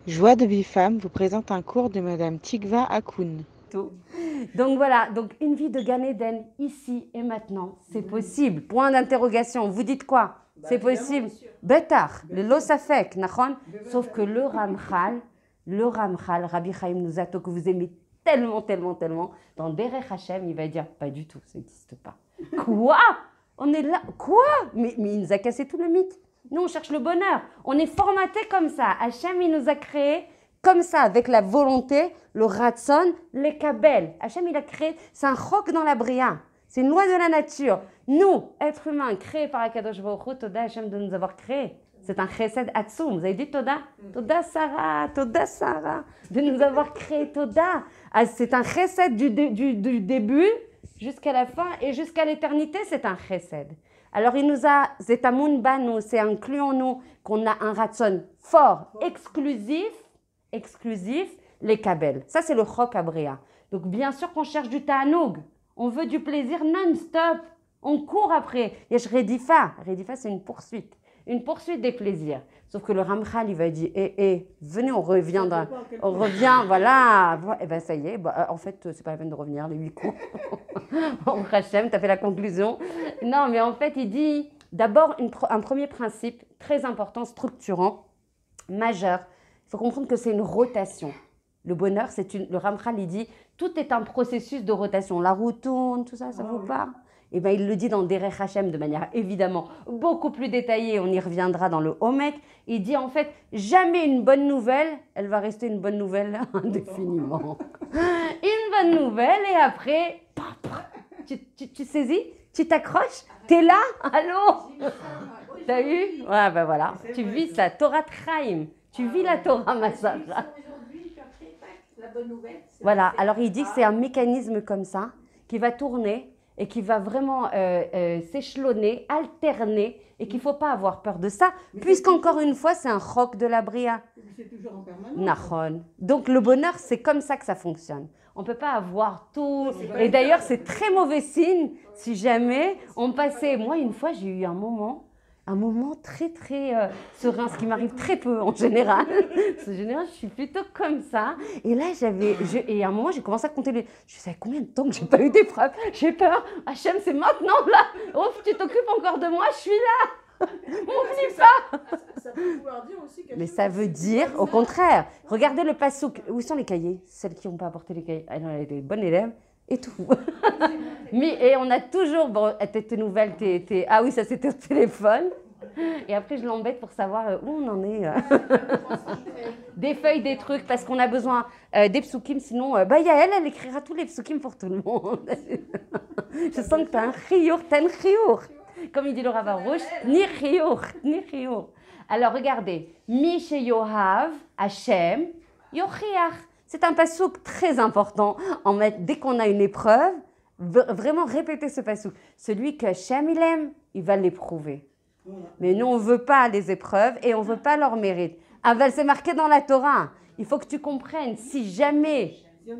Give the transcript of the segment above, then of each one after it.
Joie de Bifam vous présente un cours de Madame Tikva Hakoun. Tout. Donc voilà, donc une vie de Gan Eden, ici et maintenant, c'est possible. Point d'interrogation. Vous dites quoi? C'est possible. Betar, le losafek, nachon. Sauf que le Ramchal, Rabbi Chaim Luzzatto, que vous aimez tellement, tellement, tellement, dans Derech Hashem, il va dire pas du tout, ça n'existe pas. Quoi? On est là? Quoi? Mais il nous a cassé tout le mythe. Nous, on cherche le bonheur. On est formaté comme ça. Hachem, il nous a créé comme ça, avec la volonté, le ratson, les kabel. Hachem, il a créé, c'est un chok dans la bria. C'est une loi de la nature. Nous, êtres humains, créés par Akadosh Baruch Hu, Toda Hachem de nous avoir créés. C'est un chesed atzum. Vous avez dit Toda? Toda Sarah, de nous avoir créés Toda. Ah, c'est un chesed du début jusqu'à la fin et jusqu'à l'éternité, c'est un chesed. Alors il nous a, Zetamun Banu, c'est inclus en nous qu'on a un ratson fort, exclusif, les kabel. Ça c'est le chok abria. Donc bien sûr qu'on cherche du ta'anoug, on veut du plaisir non-stop, on court après. Yesh redifa, c'est une poursuite des plaisirs. Sauf que le Ramchal, il va dire, venez, on revient, voilà. Et ben ça y est, en fait, c'est pas la peine de revenir, les 8 coups. Bon, Hachem, t'as fait la conclusion. Non, mais en fait, il dit, d'abord, un premier principe très important, structurant, majeur. Il faut comprendre que c'est une rotation. Le bonheur, le Ramchal, il dit, tout est un processus de rotation. La roue tourne, tout ça, ça vous parle? Et bien, il le dit dans Derech Hashem de manière évidemment beaucoup plus détaillée, on y reviendra dans le Homek. Il dit en fait, jamais une bonne nouvelle, elle va rester une bonne nouvelle indéfiniment. Une bonne nouvelle et après, tu saisis, tu t'accroches, t'es là, allô? T'as eu? Ouais, ben voilà, tu vis ça, Torah Traim, tu vis la Torah Masara. Voilà, alors il dit que c'est un mécanisme comme ça qui va tourner et qui va vraiment s'échelonner, alterner, et qu'il ne faut pas avoir peur de ça, puisqu'encore une fois, c'est un chok de la bria. C'est toujours en permanence. Nachon. Donc le bonheur, c'est comme ça que ça fonctionne. On ne peut pas avoir tout. Et d'ailleurs, c'est très mauvais signe si jamais on passait. Moi, une fois, j'ai eu un moment très, très serein, ce qui m'arrive très peu en général. En général, je suis plutôt comme ça. Et là, et à un moment, j'ai commencé à compter je sais combien de temps que je n'ai pas eu d'épreuve. J'ai peur. Hachem, c'est maintenant, là. Oh, tu t'occupes encore de moi, je suis là. M'oublie pas. Ça peut vouloir dire aussi quelque Mais chose. ça veut dire, au contraire, regardez le passouk. Où sont les cahiers? Celles qui n'ont pas apporté les cahiers. Ah non, elle est bonne élève. Et tout. Et on a toujours, bon, tes nouvelles, ah oui, ça c'était au téléphone. Et après, je l'embête pour savoir où on en est. Des feuilles, des trucs, parce qu'on a besoin des psukim, sinon, Yael, elle écrira tous les psukim pour tout le monde. Je sens que t'as un chiour. Comme il dit le Rav Arush, ni chiour. Alors, regardez. Mi sheyohav Hashem yochiach. C'est un passouk très important. Dès qu'on a une épreuve, vraiment répéter ce passouk. Celui que Hashem il aime, il va l'éprouver. Mais nous, on ne veut pas les épreuves et on ne veut pas leur mérite. Aval, c'est marqué dans la Torah. Il faut que tu comprennes, si jamais,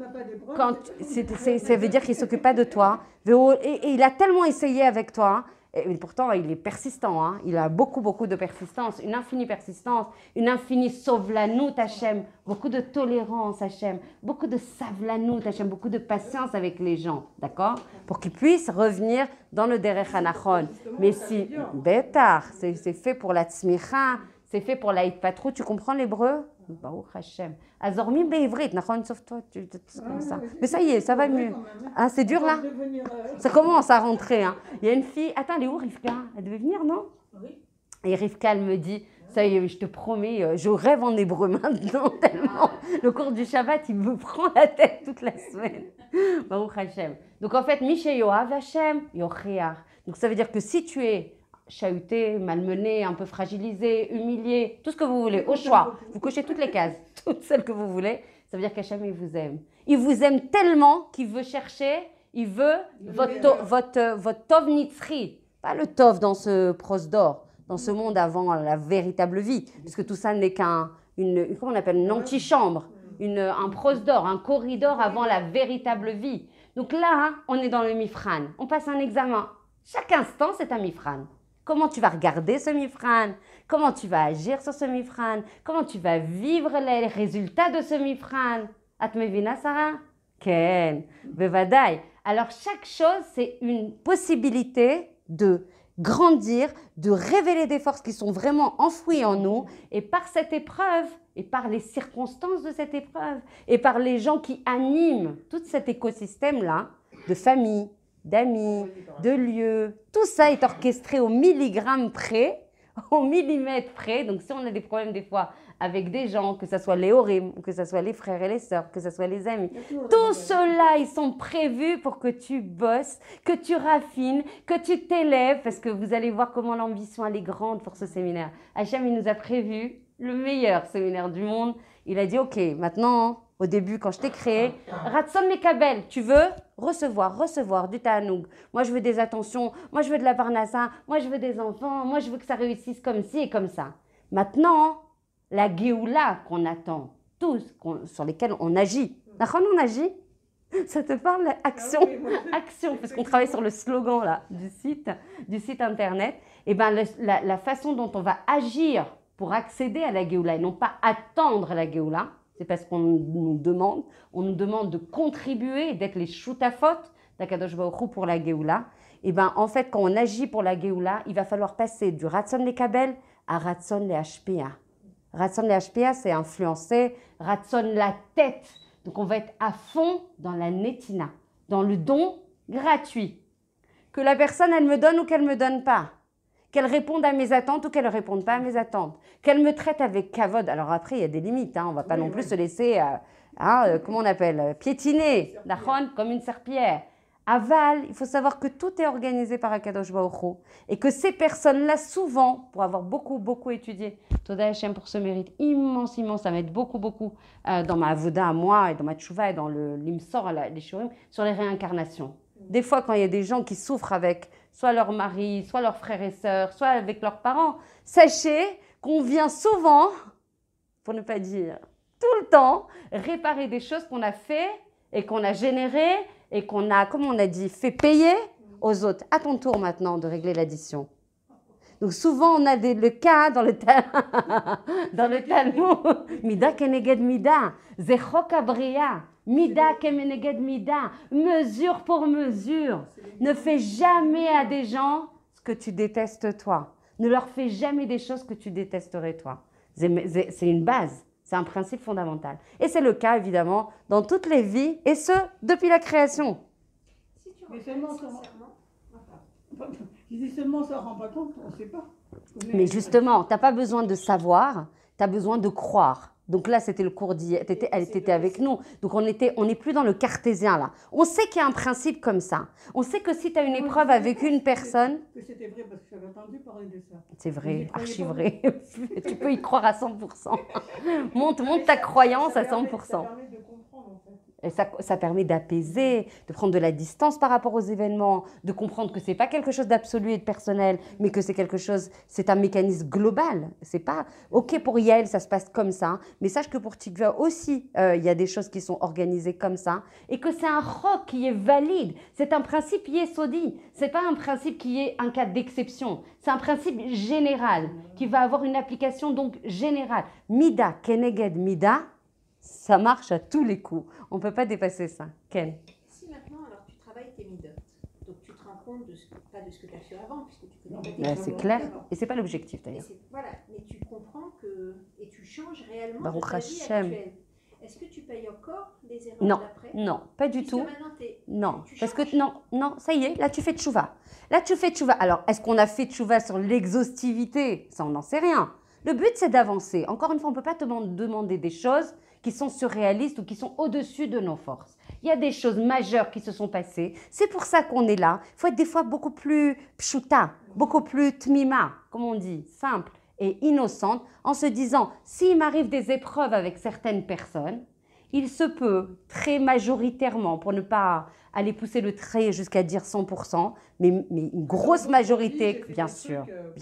ça veut dire qu'il ne s'occupe pas de toi, et il a tellement essayé avec toi, et pourtant il est persistant, hein, il a beaucoup de persistance, une infinie persistance, une infinie sovlanout Hachem, beaucoup de tolérance Hachem, beaucoup de savlanout Hachem, beaucoup de patience avec les gens, d'accord? Pour qu'ils puissent revenir dans le derech hanachon. Mais si, bétar, c'est fait pour la tzmicha, c'est fait pour la hitpatrou, tu comprends l'hébreu? Baruch Hashem. Azormi be'ivrit, nachon, sauf toi, c'est comme ça. Mais ça y est, ça va mieux. Ah, c'est dur là? Ça commence à rentrer. Hein. Il y a une fille, attends, elle est où Rivka? Elle devait venir, non? Oui. Et Rivka, elle me dit, ça y est, je te promets, je rêve en hébreu maintenant, tellement. Le cours du Shabbat, il me prend la tête toute la semaine. Baruch Hashem. Donc en fait, Mishe Yoav Hashem, Yochiach. Donc ça veut dire que si tu es chahuté, malmené, un peu fragilisé, humilié, tout ce que vous voulez, au choix. Vous cochez toutes les cases, toutes celles que vous voulez. Ça veut dire qu'Hachem, il vous aime. Il vous aime tellement qu'il veut chercher, il veut votre tov nitzri. Pas le tov dans ce pros d'or, dans ce monde avant la véritable vie. Puisque tout ça n'est comment on appelle, une antichambre, un pros d'or, un corridor avant la véritable vie. Donc là, on est dans le mifran. On passe un examen. Chaque instant, c'est un mifran. comment tu vas regarder ce mifran, comment tu vas agir sur ce mifran, comment tu vas vivre les résultats de ce mifran. At mevina, Sarah? Ken, bevadaï. Alors, chaque chose, c'est une possibilité de grandir, de révéler des forces qui sont vraiment enfouies en nous. Et par cette épreuve, et par les circonstances de cette épreuve, et par les gens qui animent tout cet écosystème-là, de famille, d'amis, de lieux, tout ça est orchestré au milligramme près, au millimètre près. Donc, si on a des problèmes des fois avec des gens, que ce soit les horim, que ce soit les frères et les sœurs, que ce soit les amis, tout cela, ils sont prévus pour que tu bosses, que tu raffines, que tu t'élèves, parce que vous allez voir comment l'ambition, elle est grande pour ce séminaire. Hachem, il nous a prévu le meilleur séminaire du monde. Il a dit, ok, maintenant, au début, quand je t'ai créé, Ratson Mekabel, tu veux recevoir du Ta'anoug. Moi, je veux des attentions, moi, je veux de la parnassa, moi, je veux des enfants, moi, je veux que ça réussisse comme ci et comme ça. Maintenant, la Géoula qu'on attend, tous, sur lesquels on agit. D'accord, on agit? Ça te parle, action, action, parce qu'on travaille sur le slogan là, du site internet. Et ben, la façon dont on va agir pour accéder à la Géoula et non pas attendre la Géoula, c'est parce qu'on nous demande de contribuer, d'être les shootafot d'Akadosh Baruch Hu pour la Géoula. Et ben, en fait, quand on agit pour la Géoula, il va falloir passer du Ratson Lekabel à Ratson Lehashpia. Ratson Lehashpia, c'est influencer, Ratson la tête. Donc, on va être à fond dans la netina, dans le don gratuit. Que la personne, elle me donne ou qu'elle ne me donne pas. Qu'elle réponde à mes attentes ou qu'elle ne réponde pas à mes attentes. Qu'elle me traite avec kavod. Alors après, il y a des limites. Hein. On ne va pas non plus se laisser, comment on appelle, piétiner, comme une serpillière. Aval, il faut savoir que tout est organisé par Akadosh Baruch Hu et que ces personnes-là, souvent, pour avoir beaucoup étudié, Toda Hashem pour ce mérite immense, ça m'aide beaucoup dans ma avoda à moi et dans ma tchouva et dans l'imsor, les shurim, sur les réincarnations. Des fois, quand il y a des gens qui souffrent avec soit leur mari, soit leurs frères et sœurs, soit avec leurs parents, sachez qu'on vient souvent, pour ne pas dire tout le temps, réparer des choses qu'on a fait et qu'on a générées et qu'on a, comme on a dit, fait payer aux autres. À ton tour maintenant de régler l'addition. Donc souvent on a le cas dans le Talmud, Mida keneged Mida, Zechok Abria, Mida keneged Mida, mesure pour mesure. Ne fais jamais à des gens ce que tu détestes toi. Ne leur fais jamais des choses que tu détesterais toi. C'est une base. C'est un principe fondamental. Et c'est le cas, évidemment, dans toutes les vies, et ce, depuis la création. Si tu mais seulement sincèrement. Je dis seulement ça ne rend pas compte, on ne sait pas. Mais justement, tu n'as pas besoin de savoir, tu as besoin de croire. Donc là, c'était le cours d'hier, elle était avec nous. Donc on n'est plus dans le cartésien là. On sait qu'il y a un principe comme ça. On sait que si tu as une épreuve avec une personne... Que c'était vrai parce que j'avais entendu parler de ça. C'est vrai, archi vrai. Tu peux y croire à 100%. monte ta croyance à 100%. Ça permet de comprendre en fait. Et ça permet d'apaiser, de prendre de la distance par rapport aux événements, de comprendre que ce n'est pas quelque chose d'absolu et de personnel, mais que c'est un mécanisme global. C'est pas, ok, pour Yael, ça se passe comme ça, mais sache que pour Tikva aussi, il y a des choses qui sont organisées comme ça, et que c'est un roc qui est valide. C'est un principe yesodi. Ce n'est pas un principe qui est un cas d'exception. C'est un principe général, qui va avoir une application donc générale. Mida, keneged, mida, ça marche à tous les coups. On ne peut pas dépasser ça. Ken. Si maintenant, alors tu travailles tes midot, donc tu te rends compte pas de ce que tu as fait avant, puisque tu connais pas tes Ben, c'est clair. avant. Et ce n'est pas l'objectif d'ailleurs. Voilà, mais tu comprends que, et tu changes réellement Baruch de ta vie Hashem. actuelle. Est-ce que tu payes encore les erreurs Non, d'après? non, pas du Puisque tout. maintenant, Non, tu parce changes. que non, ça y est, là tu fais tchouva. Là tu fais tchouva. Alors, est-ce qu'on a fait tchouva sur l'exhaustivité? Ça, on n'en sait rien. Le but, c'est d'avancer. Encore une fois, on ne peut pas te demander des choses qui sont surréalistes ou qui sont au-dessus de nos forces. Il y a des choses majeures qui se sont passées. C'est pour ça qu'on est là. Il faut être des fois beaucoup plus pshuta, beaucoup plus tmima, comme on dit, simple et innocente, en se disant, s'il m'arrive des épreuves avec certaines personnes, il se peut très majoritairement, pour ne pas aller pousser le trait jusqu'à dire 100%, mais une grosse majorité, bien sûr.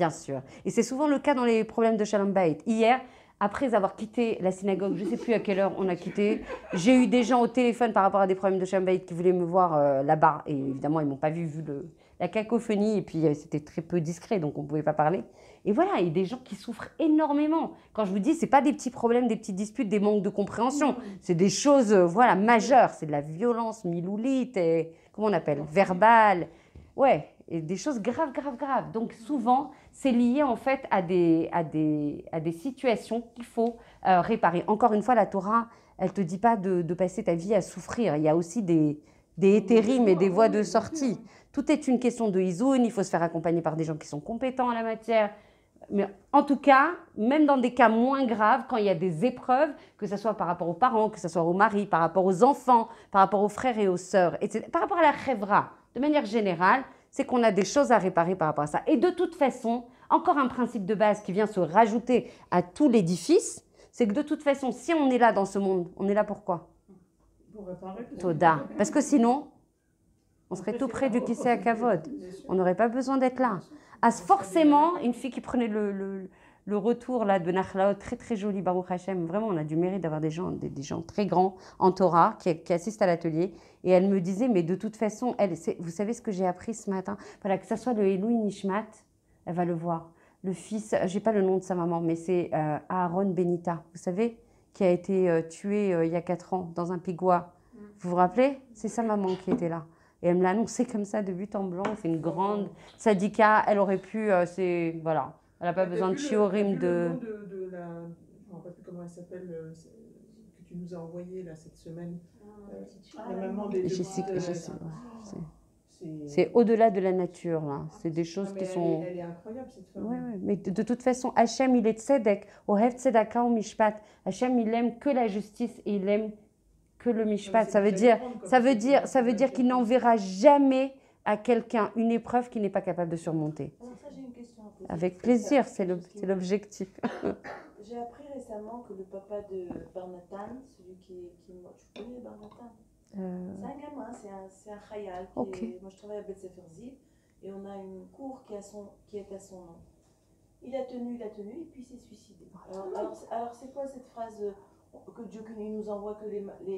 Et c'est souvent le cas dans les problèmes de Shalom Bayit. Hier, après avoir quitté la synagogue, je ne sais plus à quelle heure on a quitté, j'ai eu des gens au téléphone par rapport à des problèmes de Shalom Bayit qui voulaient me voir là-bas. Et évidemment, ils ne m'ont pas vu la cacophonie, et puis c'était très peu discret, donc on ne pouvait pas parler. Et voilà, il y a des gens qui souffrent énormément. Quand je vous dis, ce n'est pas des petits problèmes, des petites disputes, des manques de compréhension. C'est des choses voilà, majeures. C'est de la violence miloulite, et, comment on appelle, verbale. Ouais, et des choses graves, graves, graves. Donc souvent, c'est lié en fait à des situations qu'il faut réparer. Encore une fois, la Torah, elle ne te dit pas de passer ta vie à souffrir. Il y a aussi des hétérim et des voies de sortie. Tout est une question de isoun, il faut se faire accompagner par des gens qui sont compétents en la matière. Mais en tout cas, même dans des cas moins graves, quand il y a des épreuves, que ce soit par rapport aux parents, que ce soit au mari, par rapport aux enfants, par rapport aux frères et aux sœurs, etc., par rapport à la chevra, de manière générale, c'est qu'on a des choses à réparer par rapport à ça. Et de toute façon, encore un principe de base qui vient se rajouter à tout l'édifice, c'est que de toute façon, si on est là dans ce monde, on est là pour quoi? Pour réparer. Toda. Parce que sinon, on serait tout près du Kissé à Kavod. On n'aurait pas besoin d'être là. Ah, forcément, une fille qui prenait le retour là, de Nachlaot, très très joli, Baruch Hashem. Vraiment, on a du mérite d'avoir des gens très grands en Torah qui assistent à l'atelier. Et elle me disait, mais de toute façon, vous savez ce que j'ai appris ce matin? Voilà, que ça soit le Elou Nishmat, elle va le voir. Le fils, je n'ai pas le nom de sa maman, mais c'est Aaron Benita, vous savez, qui a été tué il y a 4 ans dans un pigouа. Vous vous rappelez? C'est sa maman qui était là. Et elle me l'a annoncé comme ça de but en blanc. C'est une grande sadika. Elle aurait pu, voilà. Elle n'a pas besoin de chiorim de... Je ne me rappelle plus comment elle s'appelle, que tu nous as envoyé là cette semaine. La maman des c'est au-delà de la nature, là. C'est des choses qui sont... Elle est incroyable, cette femme. Ouais. Mais de toute façon, Hachem, il est tzedek. Ohev tzedaka ou mishpat. Hachem, il aime que la justice et il aime que le mishpat. Ça veut dire qu'il n'enverra jamais à quelqu'un une épreuve qu'il n'est pas capable de surmonter. Ça, j'ai une question à poser. Avec plaisir, c'est l'objectif. J'ai appris récemment que le papa de Barnatan, celui qui est mort, tu connais Barnatan? C'est un gamin, c'est un khayal. Okay. Moi, je travaille à Bet Sefer Ziv et on a une cour qui est à son nom. Il a tenu et puis il s'est suicidé. Alors c'est quoi cette phrase que Dieu nous envoie que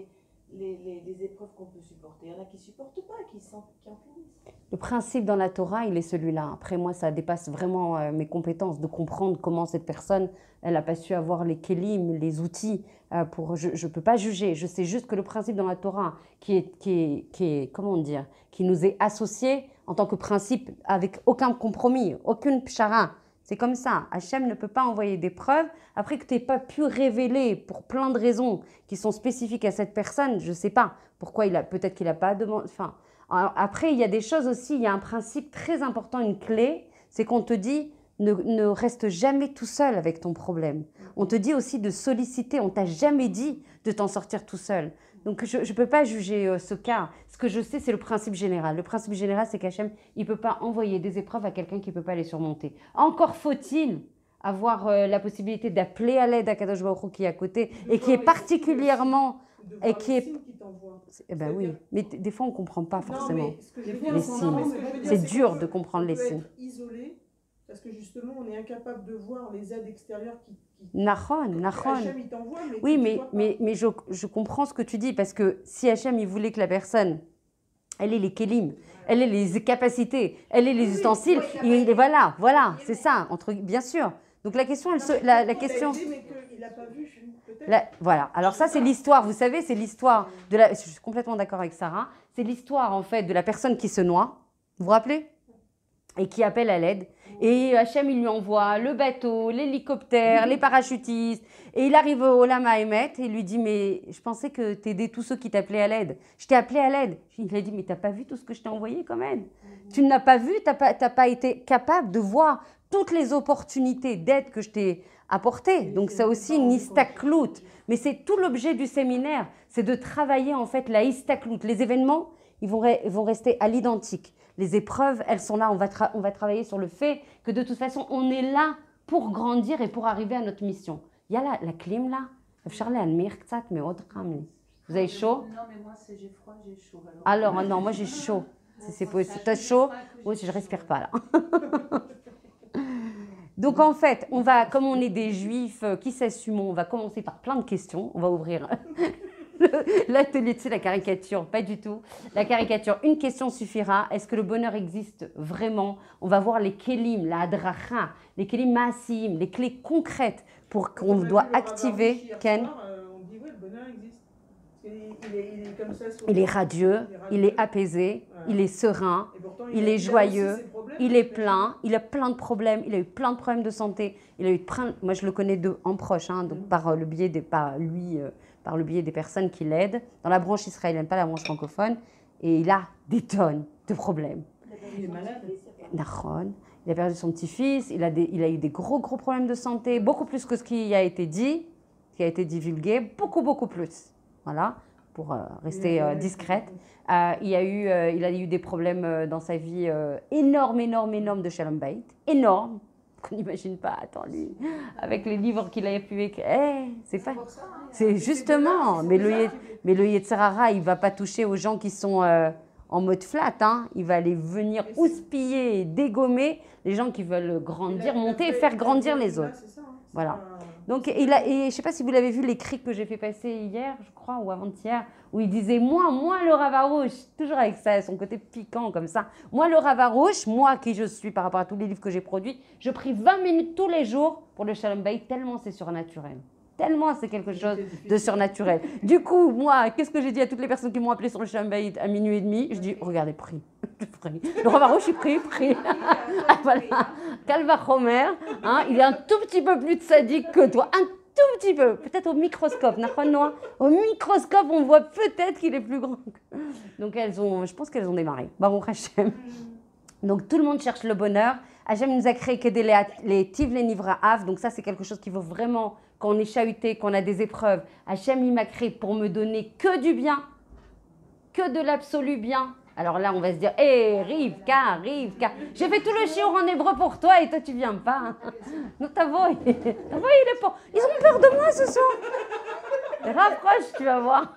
les épreuves qu'on peut supporter? Il y en a qui ne supportent pas, qui en finissent. Le principe dans la Torah, il est celui-là. Après, moi, ça dépasse vraiment mes compétences de comprendre comment cette personne, elle n'a pas su avoir les kelim, les outils. Je ne peux pas juger. Je sais juste que le principe dans la Torah, qui est comment dire, qui nous est associé en tant que principe avec aucun compromis, aucune pshara. C'est comme ça. Hachem ne peut pas envoyer des preuves après que tu n'aies pas pu révéler pour plein de raisons qui sont spécifiques à cette personne. Je ne sais pas pourquoi peut-être qu'il n'a pas demandé. Enfin, après, il y a des choses aussi. Il y a un principe très important, une clé, c'est qu'on te dit ne reste jamais tout seul avec ton problème. On te dit aussi de solliciter. On t'a jamais dit de t'en sortir tout seul. Donc, je ne peux pas juger ce cas. Ce que je sais, c'est le principe général. Le principe général, c'est qu'Hachem, il ne peut pas envoyer des épreuves à quelqu'un qui ne peut pas les surmonter. Encore faut-il avoir la possibilité d'appeler à l'aide à Kadosh Baruch Hu qui est à côté et qui est particulièrement... Et qui est... Eh ben oui, mais des fois, on ne comprend pas forcément les signes. C'est dur de comprendre les signes. Être isolé, parce que justement, on est incapable de voir les aides extérieures qui Hachem, il t'envoie, mais oui, mais je comprends ce que tu dis, parce que si Hachem, il voulait que la personne, elle ait les kelim, elle ait les capacités, elle ait les ustensiles, voilà, c'est ça, bien sûr. Donc la question, la question... Voilà, alors ça c'est l'histoire, vous savez, c'est l'histoire de la... Je suis complètement d'accord avec Sarah, c'est l'histoire en fait de la personne qui se noie, vous vous rappelez? Et qui appelle à l'aide. Et Hachem, il lui envoie le bateau, l'hélicoptère, les parachutistes. Et il arrive au Lama Emet et il lui dit, mais je pensais que tu aidais tous ceux qui t'appelaient à l'aide. Je t'ai appelé à l'aide. Il a dit, mais tu n'as pas vu tout ce que je t'ai envoyé comme aide. Tu n'as pas vu, tu n'as pas été capable de voir toutes les opportunités d'aide que je t'ai apportées. Donc c'est aussi une istaklout. Mais c'est tout l'objet du séminaire, c'est de travailler en fait la istaklout. Les événements, ils vont rester à l'identique. Les épreuves, elles sont là. On va travailler sur le fait que de toute façon, on est là pour grandir et pour arriver à notre mission. Il y a la clim là. Vous avez chaud? Non, mais moi, j'ai froid, j'ai chaud. Alors non, moi j'ai chaud. Si c'est possible. Tu as chaud? Moi, je ne respire pas là. Donc en fait, comme on est des juifs qui s'assument, on va commencer par plein de questions. On va ouvrir L'atelier, tu sais, la caricature, pas du tout. La caricature, une question suffira. Est-ce que le bonheur existe vraiment? On va voir les kelim, la hadracha, les kelim maasim, les clés concrètes pour qu'on doit activer. Ken, On dit oui, le bonheur existe. Il est comme ça. il est radieux, il est apaisé, il est serein, il est joyeux, il est plein, il a plein de problèmes, il a eu plein de problèmes de santé, il a eu moi je le connais en proche, hein, donc par le biais des, par le biais des personnes qui l'aident, dans la branche israélienne, pas la branche francophone, et il a des tonnes de problèmes. Il est malade. Nahon, il a perdu son petit-fils, il a eu des gros problèmes de santé, beaucoup plus que ce qui a été dit, qui a été divulgué, beaucoup plus. Voilà, pour rester discrète. Il a eu des problèmes dans sa vie énormes de Shalom Bayit, énormes, qu'on n'imagine pas. Attends, lui, avec les livres qu'il a pu écrire, c'est pas, c'est justement. Mais le Yetzer Hara, il va pas toucher aux gens qui sont en mode flat, hein. Il va aller venir houspiller, dégommer les gens qui veulent grandir, monter et faire grandir les autres. Voilà. Donc, et je ne sais pas si vous l'avez vu, l'écrit que j'ai fait passer hier, je crois, ou avant-hier, où il disait « Moi, le Rav Arush », toujours avec ça, son côté piquant comme ça. « Moi, le Rav Arush, moi qui je suis par rapport à tous les livres que j'ai produits, je prie 20 minutes tous les jours pour le Shalom Bayit, tellement c'est surnaturel. Tellement c'est quelque chose de surnaturel. Du coup, moi, qu'est-ce que j'ai dit à toutes les personnes qui m'ont appelé sur le Shalom Bayit à minuit et demi? Je dis « Regardez, prie. » Le Rav Arush, il prie. Voilà. Kalva Chomer, hein, il est un tout petit peu plus sadique que toi, un tout petit peu, peut-être au microscope. Au microscope, on voit peut-être qu'il est plus grand. Donc je pense qu'elles ont démarré. Baruch Hashem. Donc tout le monde cherche le bonheur. Hachem nous a créé que les tiv, les nivra av. Donc ça, c'est quelque chose qui vaut vraiment, quand on est chahuté, quand on a des épreuves. Hachem, il m'a créé pour me donner que du bien, que de l'absolu bien. Alors là, on va se dire, hé, Rivka, j'ai fait tout le shiur en hébreu pour toi et toi, tu viens pas. Non, Tavo, il est pas. Ils ont peur de moi ce soir. Rapproche, tu vas voir.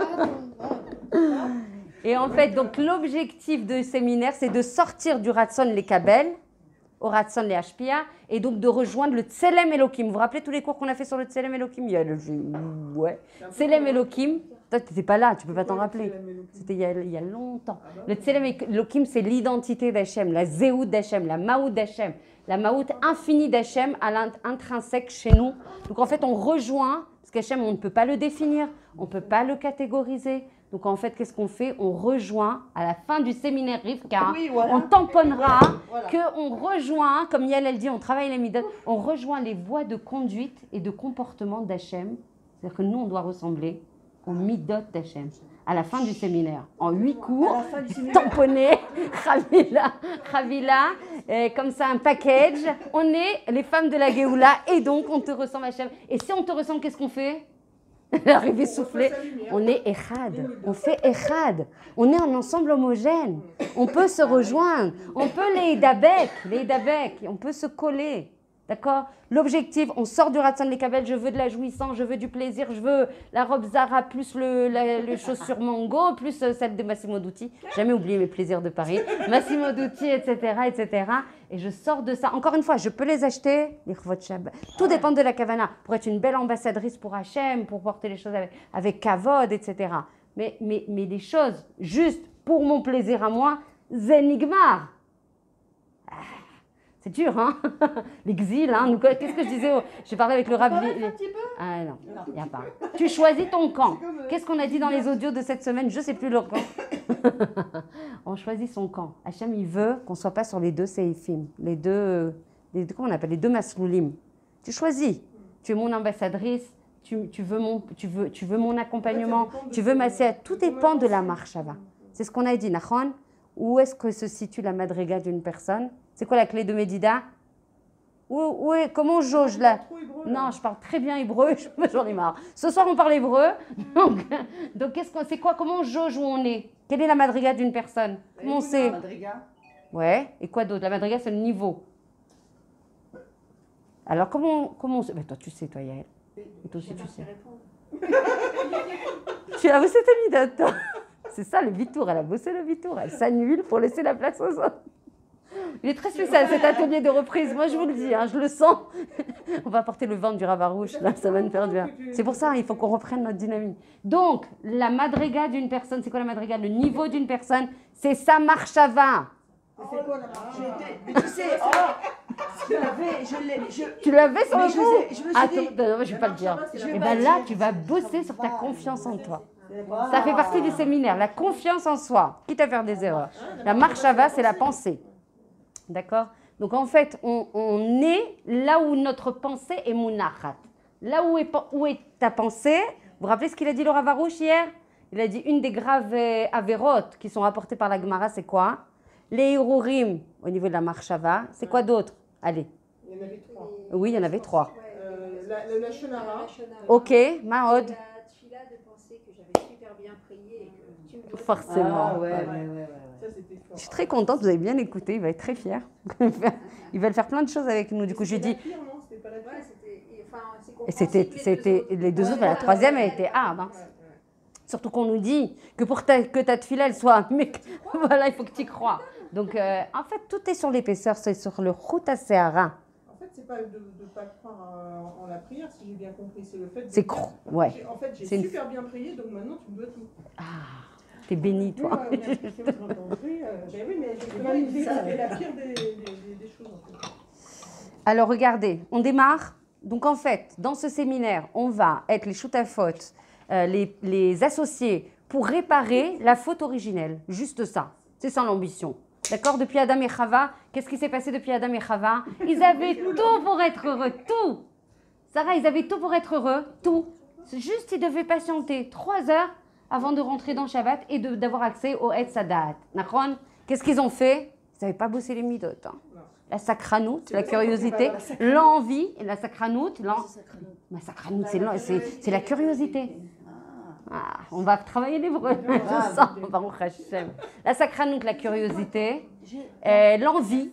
Et en fait, donc l'objectif de séminaire, c'est de sortir du Ratson les Kabel au Ratson les Hashpia et donc de rejoindre le Tselem Elohim. Vous vous rappelez tous les cours qu'on a fait sur le Tselem Elohim? Tselem Elohim. Toi, tu n'étais pas là, tu ne peux pas t'en rappeler. C'était il y a longtemps. Le Tselem Elohim, c'est l'identité d'Hachem, la Zéhout d'Hachem, la Maout d'Hachem, la Maout infinie d'Hachem à l'intrinsèque chez nous. Donc en fait, on rejoint, parce qu'Hachem, on ne peut pas le définir, on ne peut pas le catégoriser. Donc en fait, qu'est-ce qu'on fait? On rejoint, à la fin du séminaire Rivka, on tamponnera, qu'on rejoint, comme Yael elle dit, on travaille les midot, on rejoint les voies de conduite et de comportement d'Hachem. C'est-à-dire que nous, on doit ressembler au midot d'Hachem. À la fin du séminaire, en 8 cours, tamponnés, Chavila, comme ça un package. On est les femmes de la Géoula et donc on te ressemble Hachem. Et si on te ressemble, qu'est-ce qu'on fait? L'arrivée soufflée, on est Echad, on fait Echad, on est un ensemble homogène, on peut se rejoindre, on peut les Idabek, on peut se coller, d'accord? L'objectif, on sort du Ratson les Kabel, je veux de la jouissance, je veux du plaisir, je veux la robe Zara, plus les chaussures Mango, plus celle de Massimo Dutti, jamais oublié mes plaisirs de Paris, Massimo Dutti, etc. Et je sors de ça. Encore une fois, je peux les acheter, les Chvot Shabbat. Tout dépend de la Kavana. Pour être une belle ambassadrice pour Hachem, pour porter les choses avec Kavod, etc. Mais les choses, juste pour mon plaisir à moi, Zenigmar. C'est dur, hein? L'exil, hein? Qu'est-ce que je disais? J'ai parlé avec le rabbi. Un petit peu? Ah non, il n'y a pas. Tu choisis ton camp. Qu'est-ce qu'on a dit dans les audios de cette semaine? Je ne sais plus leur camp. On choisit son camp. Hachem, il veut qu'on ne soit pas sur les deux séifim, comment on appelle, les deux masloulim. Tu choisis. Tu es mon ambassadrice, tu veux mon accompagnement, tu veux m'asseoir. Tout dépend de la marche, Ava. C'est ce qu'on a dit, Nachon. Où est-ce que se situe la madriga d'une personne? C'est quoi la clé de Médida? Comment on jauge là? Non, je parle très bien hébreu, j'en ai marre. Ce soir, on parle hébreu. Donc c'est quoi? Comment on jauge où on est? Quelle est la madriga d'une personne? Comment on sait? Ouais, et quoi d'autre? La madriga, c'est le niveau. Alors, comment on sait? Ben, toi, tu sais, toi, Yael. Et toi aussi, tu sais. Tu as bossé ta midot, toi. C'est ça, le vitour. Elle a bossé le vitour. Elle s'annule pour laisser la place aux autres. Il est très spécial cet atelier de reprise. Moi, je vous le dis, hein, je le sens. On va porter le ventre du Ravarouche, là, ça va nous faire du bien. C'est pour ça, il faut qu'on reprenne notre dynamique. Donc, la madriga d'une personne, c'est quoi la madriga? Le niveau d'une personne, c'est sa marchava. C'est quoi la marche? Mais tu sais, Tu l'avais sur mais le je coup? me suis dit- Attends, non, je ne vais pas le dire. je vais Et pas bien là, dire. tu vas bosser sur ta confiance en toi. Voilà. Ça fait partie du séminaire, la confiance en soi, quitte à faire des erreurs. La marchava, c'est la pensée. D'accord? Donc en fait, on est là où notre pensée est mounachat. Là où est ta pensée. Vous vous rappelez ce qu'il a dit le Ravarouche hier? Il a dit une des graves avérotes qui sont rapportées par la Gemara, c'est quoi? Les hirurim au niveau de la marchava. C'est quoi d'autre? Allez. Il y en avait 3. Oui, il y en avait 3. La Shonara. Ok, Mahod. La tfila de penser que j'avais super bien prié et que tu me dois. Forcément. Ah, ouais. Ça, c'était fort. Je suis très contente, vous avez bien écouté, il va être très fier. Il va faire plein de choses avec nous. Du coup, je dis. C'était la pire, non? C'était pas la pire. Ouais, c'était. Enfin, c'est Et c'était les deux autres, mais la troisième, elle était hard. Hein. Surtout qu'on nous dit que pour que ta tefila, elle soit. Mais voilà, il faut que tu y crois. Donc, en fait, tout est sur l'épaisseur, c'est sur le Chouta Sehara. En fait, c'est pas de ne pas croire en la prière, si j'ai bien compris. C'est le fait de. C'est dire, ouais. En fait, j'ai C'est une- super bien prié, donc maintenant, tu me dois tout. T'es béni, toi. Oui, mais justement, Ça, c'est la pire des choses, en fait. Alors, regardez, on démarre. Donc, en fait, dans ce séminaire, on va être les choutafot, les associés pour réparer la faute originelle. Juste ça. C'est ça l'ambition. D'accord? Depuis Adam et Chava, qu'est-ce qui s'est passé depuis Adam et Chava? Ils avaient tout pour être heureux, tout. Sarah, ils avaient tout pour être heureux, tout. C'est juste, ils devaient patienter 3 heures avant de rentrer dans Shabbat et d'avoir accès au Etz Sadat. D'accord? Qu'est-ce qu'ils ont fait? Ils n'avaient pas bossé les midot. Hein. La sakranout, la curiosité, l'envie, et la sakranout, la sakranout, c'est la curiosité. Ah, on va travailler l'hébreu, je sens, Baruch Hashem. La sakranout, la curiosité, l'envie,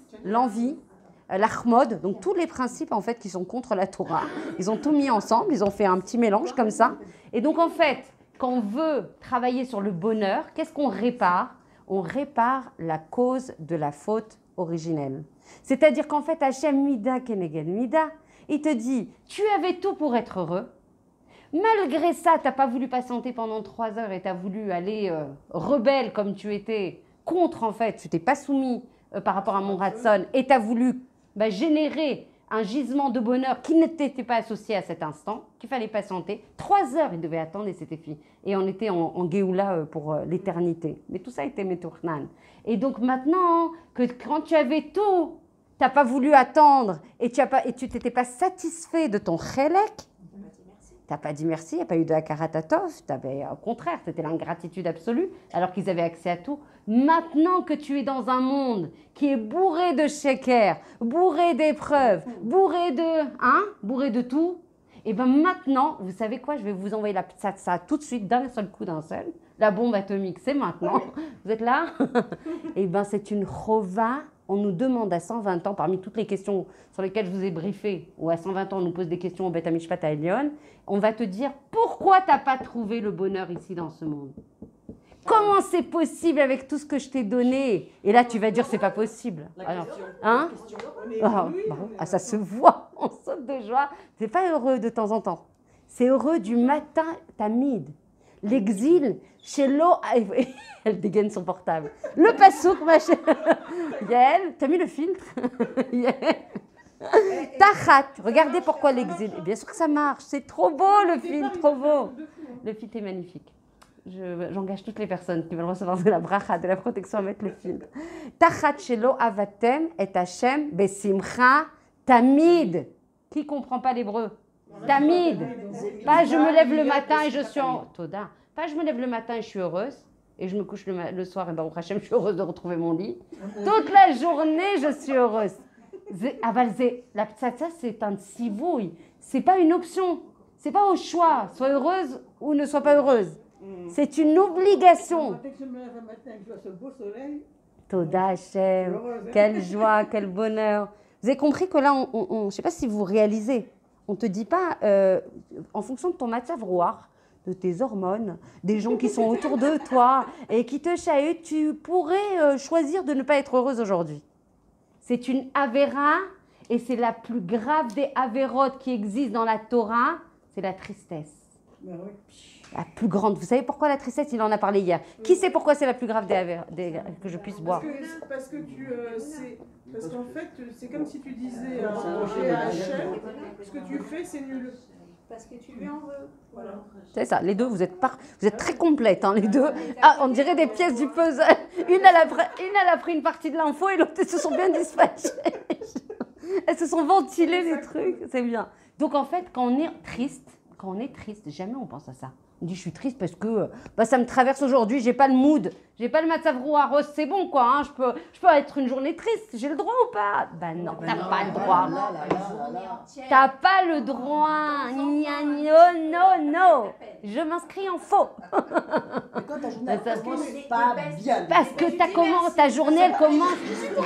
l'achmod, donc tous les principes en fait qui sont contre la Torah. Ils ont tout mis ensemble, ils ont fait un petit mélange comme ça. Et donc en fait, quand on veut travailler sur le bonheur, qu'est-ce qu'on répare? On répare la cause de la faute originelle. C'est-à-dire qu'en fait, Hachem Mida Keneged Mida, il te dit, tu avais tout pour être heureux. Malgré ça, tu n'as pas voulu patienter pendant 3 heures et tu as voulu aller rebelle comme tu étais contre, en fait, tu t'es pas soumis par rapport à mon ratson et tu as voulu générer un gisement de bonheur qui ne t'était pas associé à cet instant, qu'il fallait patienter. 3 heures, il devait attendre et c'était fini. Et on était en Géoula pour l'éternité. Mais tout ça était Metournan. Et donc maintenant, que quand tu avais tout, tu n'as pas voulu attendre et tu t'étais pas satisfait de ton chélek, tu n'as pas dit merci, il n'y a pas eu de Hakarat-Hatov, au contraire, c'était l'ingratitude absolue, alors qu'ils avaient accès à tout. Maintenant que tu es dans un monde qui est bourré de sheker, bourré d'épreuves, bourré de tout, et bien maintenant, vous savez quoi, je vais vous envoyer la ptsatsa tout de suite, d'un seul coup, d'un seul. La bombe atomique, c'est maintenant. Vous êtes là? Et bien c'est une chova. On nous demande à 120 ans, parmi toutes les questions sur lesquelles je vous ai briefé, ou à 120 ans on nous pose des questions au Bet HaMishpat à Elion, on va te dire pourquoi tu n'as pas trouvé le bonheur ici dans ce monde. Comment c'est possible avec tout ce que je t'ai donné? Et là tu vas dire c'est pas possible. Alors, hein? Ça se voit, on saute de joie. C'est pas heureux de temps en temps. C'est heureux du matin, tamid. L'exil, chez l'eau, elle dégaine son portable. Le pasouk, ma chère. Yael, t'as mis le filtre? Tachat, regardez pourquoi l'exil. Bien sûr que ça marche, c'est trop beau le filtre, trop beau. Le filtre est magnifique. J'engage toutes les personnes qui veulent recevoir de la bracha, de la protection à mettre le filtre. Tachat shelo avatem et Hashem besimcha tamid. Qui comprend pas l'hébreu? Tamid. Pas je me lève le matin et je suis en... Toda. Pas je me lève le matin et je suis heureuse. Et je me couche le soir et Baruch Hashem, je suis heureuse de retrouver mon lit. Toute la journée, je suis heureuse. La ptsatsa, c'est un tsivouille. C'est pas une option. C'est pas au choix. Sois heureuse ou ne sois pas heureuse. C'est une obligation. Dès que je me lève un matin et que je vois ce beau soleil, Toda Hashem. Quelle joie, quel bonheur. Vous avez compris que là, je ne sais pas si vous réalisez, on ne te dit pas, en fonction de ton matzav roar, de tes hormones, des gens qui sont autour de toi et qui te chahutent, tu pourrais choisir de ne pas être heureuse aujourd'hui. C'est une avéra et c'est la plus grave des avérotes qui existent dans la Torah, c'est la tristesse. Ben oui. La plus grande. Vous savez pourquoi la tristesse? Il en a parlé hier. Qui sait pourquoi c'est la plus grave que je puisse boire? Parce qu'en fait, c'est comme si tu disais à Hachem, ce que tu fais, c'est nul. Parce que tu lui en veux. Voilà. C'est ça, les deux, vous êtes très complètes, hein, les deux. Ah, on dirait des pièces du puzzle. Une, elle a pris une partie de l'info et l'autre, elles se sont bien dispatchées. Elles se sont ventilées les trucs, c'est bien. Donc en fait, quand on est triste, jamais on pense à ça. On dit je suis triste parce que ça me traverse aujourd'hui, j'ai pas le mood, j'ai pas le matzav roux rose, c'est bon quoi, hein, je peux être une journée triste, j'ai le droit ou pas? Bah non, t'as pas le droit. T'as pas le droit. Non. Je m'inscris en faux. Mais toi, ta journée, elle commence pas bien. Parce que ta journée, elle commence.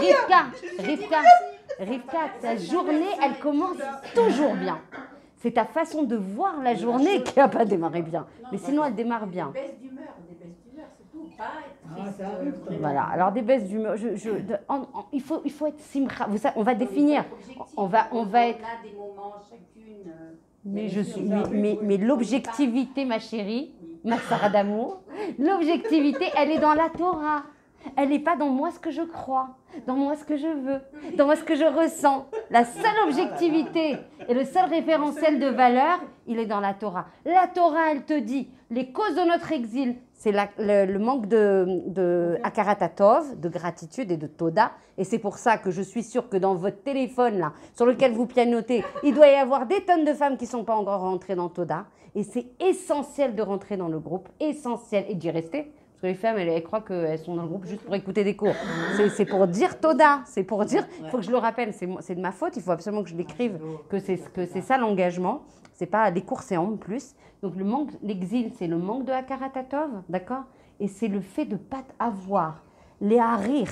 Rivka, ta journée, elle commence toujours bien. C'est ta façon de voir la journée qui n'a pas démarré bien. Mais sinon, elle démarre bien. Des baisses d'humeur, c'est tout. Pas être triste. Voilà, alors des baisses d'humeur. Il faut être simcha. On va définir. On va être. On a des moments chacune. Mais l'objectivité, ma chérie, ma Sarah d'amour, l'objectivité, elle est dans la Torah. Elle n'est pas dans moi ce que je crois, dans moi ce que je veux, dans moi ce que je ressens. La seule objectivité et le seul référentiel de valeur, il est dans la Torah. La Torah, elle te dit, les causes de notre exil, c'est le manque de Akaratatov, de gratitude et de Toda. Et c'est pour ça que je suis sûre que dans votre téléphone, là, sur lequel vous pianotez, il doit y avoir des tonnes de femmes qui ne sont pas encore rentrées dans Toda. Et c'est essentiel de rentrer dans le groupe, essentiel, et d'y rester. Parce que les femmes, elles croient qu'elles sont dans le groupe juste pour écouter des cours. C'est pour dire Toda, c'est pour dire, il faut que je le rappelle, c'est de ma faute, il faut absolument que je l'écrive, que c'est ça l'engagement. C'est pas les cours, c'est en plus. Donc l'exil, c'est le manque de Hakaratatov, d'accord? Et c'est le fait de ne pas avoir les harir,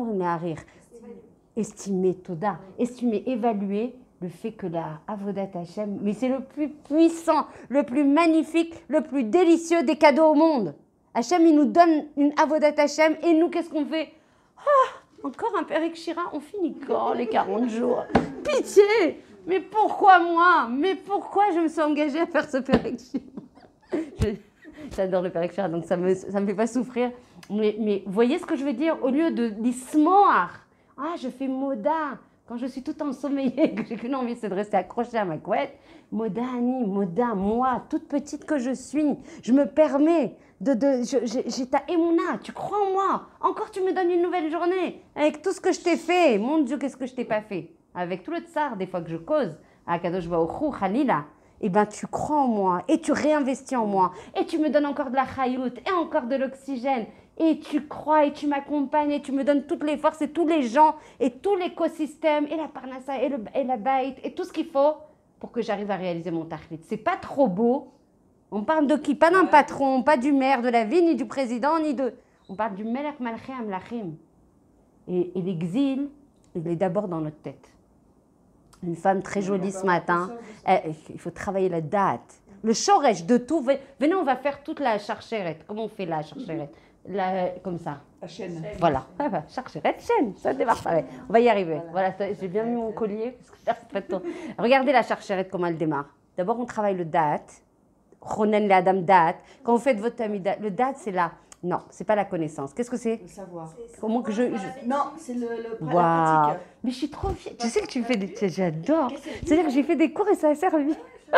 estimer Toda, estimer, évaluer le fait que la Avodat Hashem, mais c'est le plus puissant, le plus magnifique, le plus délicieux des cadeaux au monde. Hachem, il nous donne une Avodat Hashem et nous, qu'est-ce qu'on fait? Encore un Perek Shira, on finit quand les 40 jours? Pitié! Mais pourquoi moi? Mais pourquoi je me suis engagée à faire ce Perek Shira? J'adore le Perek Shira, donc ça me fait pas souffrir. Mais voyez ce que je veux dire? Au lieu de l'ismoar, je fais moda. Quand je suis toute ensommeillée, que j'ai qu'une envie, c'est de rester accrochée à ma couette. Moda, Annie, moda, moi, toute petite que je suis, je me permets j'ai ta émouna, tu crois en moi. Encore tu me donnes une nouvelle journée avec tout ce que je t'ai fait. Mon Dieu, qu'est-ce que je t'ai pas fait? Avec tout le tsar, des fois que je cause, à Kadosh Baruch Hu, Khalila, eh ben tu crois en moi et tu réinvestis en moi et tu me donnes encore de la chayout et encore de l'oxygène et tu crois et tu m'accompagnes et tu me donnes toutes les forces et tous les gens et tout l'écosystème et la parnassa et la bait et tout ce qu'il faut pour que j'arrive à réaliser mon tachlit. C'est pas trop beau? On parle de qui? Pas d'un patron, pas du maire de la ville, ni du président, ni de... On parle du Melech Malchei Amlachim. Et l'exil, il est d'abord dans notre tête. Une femme très jolie ce matin, il faut travailler la date. Le shoresh de tout. Venez, on va faire toute la charchérette. Comment on fait la charchérette? Comme ça. La chaîne. Voilà. Charchérette, chaîne. Ça démarre pareil. On va y arriver. Voilà, j'ai bien mis mon collier. Parce que pas regardez la charchérette, comment elle démarre. D'abord, on travaille le date. Ronen le Adam date. Quand vous faites votre amida, le date, c'est là. Non, c'est pas la connaissance. Qu'est-ce que c'est? Le savoir. Comment que je... Non, c'est la Waouh. pratique. Mais je suis trop fière. Tu sais que tu fais des... J'adore. C'est-à-dire que j'ai fait des cours et ça a servi.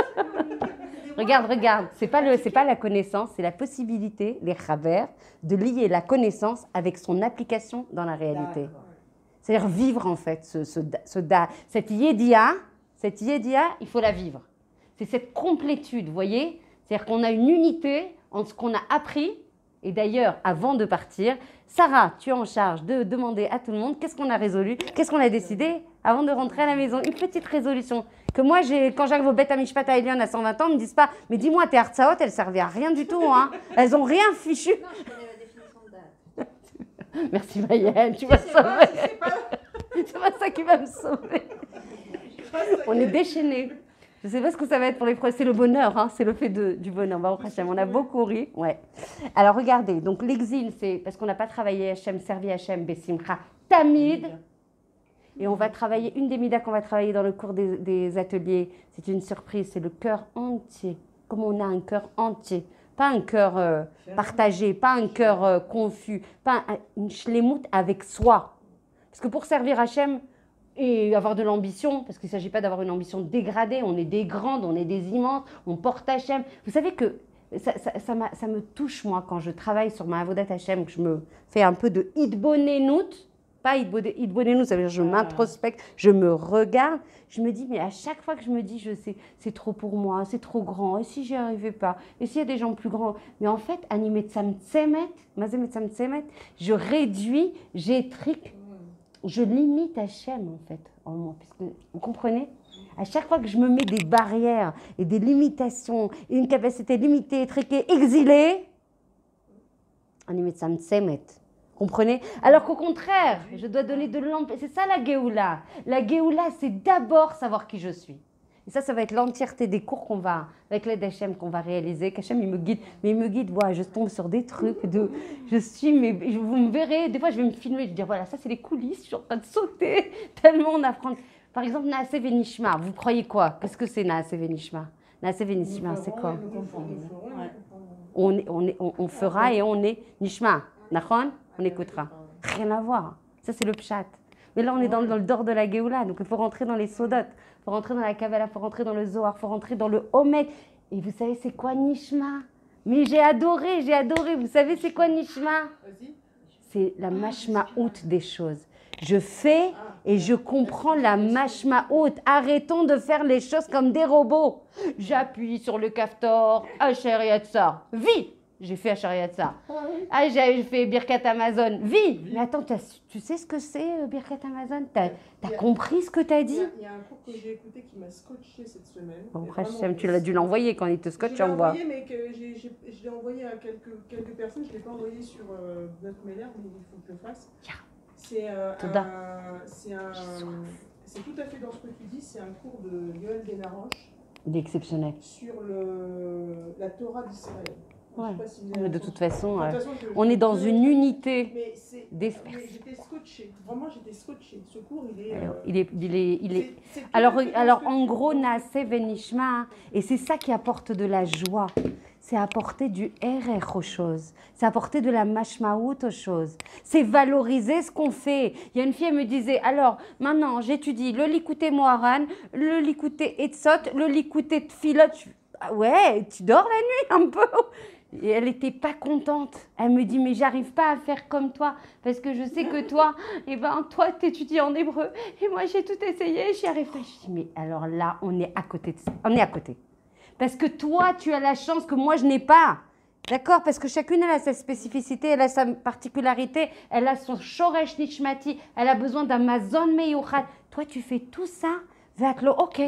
Regarde. C'est pas la connaissance, c'est la possibilité, les travers, de lier la connaissance avec son application dans la réalité. C'est-à-dire vivre en fait cette yédia, il faut la vivre. C'est cette complétude, vous voyez? C'est-à-dire qu'on a une unité entre ce qu'on a appris. Et d'ailleurs, avant de partir, Sarah, tu es en charge de demander à tout le monde qu'est-ce qu'on a résolu, qu'est-ce qu'on a décidé avant de rentrer à la maison. Une petite résolution. Que moi, quand j'arrive au Beth Amishpat à Elion à 120 ans, on ne me dise pas « Mais dis-moi, tes Hartzaot, elles ne servaient à rien du tout. Hein. Elles n'ont rien fichu. » Non, je connais la définition de date. Merci Mayenne, tu vas sauver. C'est pas ça qui va me sauver. On est déchaînés. Je ne sais pas ce que ça va être pour les projets. C'est le bonheur, hein, c'est le fait du bonheur. On a beaucoup ri. Ouais. Alors regardez, donc l'exil, c'est parce qu'on n'a pas travaillé Hachem, servi Hachem, Bessimcha, Tamid. Et on va travailler, une des midas qu'on va travailler dans le cours des ateliers, c'est une surprise, c'est le cœur entier. Comme on a un cœur entier. Pas un cœur partagé, pas un cœur confus, pas une shlemout avec soi. Parce que pour servir Hachem et avoir de l'ambition, parce qu'il ne s'agit pas d'avoir une ambition dégradée, on est des grandes, on est des immenses, on porte Hachem. Vous savez que ça me touche, moi, quand je travaille sur ma avodat Hachem, que je me fais un peu de hitbonenout, pas hitbonenout, ça veut dire je m'introspecte, je me regarde, je me dis, mais à chaque fois que je me dis, je sais, c'est trop pour moi, c'est trop grand, et si j'y arrivais pas, et s'il y a des gens plus grands, mais en fait, je réduis, j'étrique, je limite Hachem, en fait, en moi, puisque, vous comprenez? À chaque fois que je me mets des barrières et des limitations, et une capacité limitée, étriquée, exilée, comprenez? Alors qu'au contraire, je dois donner de l'ampleur. C'est ça la Géoula. La Géoula, c'est d'abord savoir qui je suis. Et ça va être l'entièreté des cours qu'on va, avec l'aide d'Hachem, qu'on va réaliser. Qu'Hachem, il me guide. Mais il me guide, voilà, je tombe sur des trucs de... vous me verrez, des fois, je vais me filmer, je vais dire, voilà, ça, c'est les coulisses, je suis en train de sauter, tellement on apprend. Par exemple, Naaseh Venishma, vous croyez quoi? Qu'est-ce que c'est Naaseh Venishma? Naaseh Venishma, c'est quoi? On fera et on est Nishma. Nachon? On écoutera. Rien à voir. Ça, c'est le pshat. Mais là, on est dans le dor de la Géoula. Donc, il faut rentrer dans les Sodot. Il faut rentrer dans la Kabbalah. Il faut rentrer dans le Zohar. Il faut rentrer dans le Homed. Et vous savez, c'est quoi Nishma? Mais j'ai adoré. Vous savez, c'est quoi Nishma? C'est la mashmaout des choses. Je fais et je comprends la mashmaout. Arrêtons de faire les choses comme des robots. J'appuie sur le kaftor. Asher Yatsa. Vie! J'ai fait Achariyatsa. Ah, j'ai fait Birkat Amazon. Vie! Mais attends, tu sais ce que c'est Birkat Amazon? T'as compris ce que t'as dit? Il y a un cours que j'ai écouté qui m'a scotché cette semaine. Bon, Hachem, tu l'as dû l'envoyer quand il te scotche, on voit. Je l'ai envoyé, mais que je l'ai envoyé à quelques personnes. Je ne l'ai pas envoyé sur notre mailer, mais il faut que je le fasse. C'est tout à fait dans ce que tu dis. C'est un cours de Yoel Benaroche. Il est exceptionnel. Sur la Torah d'Israël. Ouais. Mais de toute façon, on est dans une unité d'esprit. J'étais scotchée, vraiment j'étais scotchée. Ce cours, il est... Alors en gros, Naaseh Venishma, et c'est ça qui apporte de la joie. C'est apporter du RR aux choses. C'est apporter de la mashmaout aux choses. C'est valoriser ce qu'on fait. Il y a une fille, elle me disait, alors maintenant j'étudie le Likouté Moharan, le Likouté Etzot, le Likouté Tfilot. Ah ouais, tu dors la nuit un peu. Et elle n'était pas contente. Elle me dit, mais j'arrive pas à faire comme toi. Parce que je sais que toi, toi, tu étudies en hébreu. Et moi, j'ai tout essayé, j'y arrive pas. Je dis, mais alors là, on est à côté de ça. On est à côté. Parce que toi, tu as la chance que moi, je n'ai pas. D'accord? Parce que chacune, elle a sa spécificité, elle a sa particularité, elle a son shoresh nishmati, elle a besoin d'un mazon meyuchad. Toi, tu fais tout ça. Ok,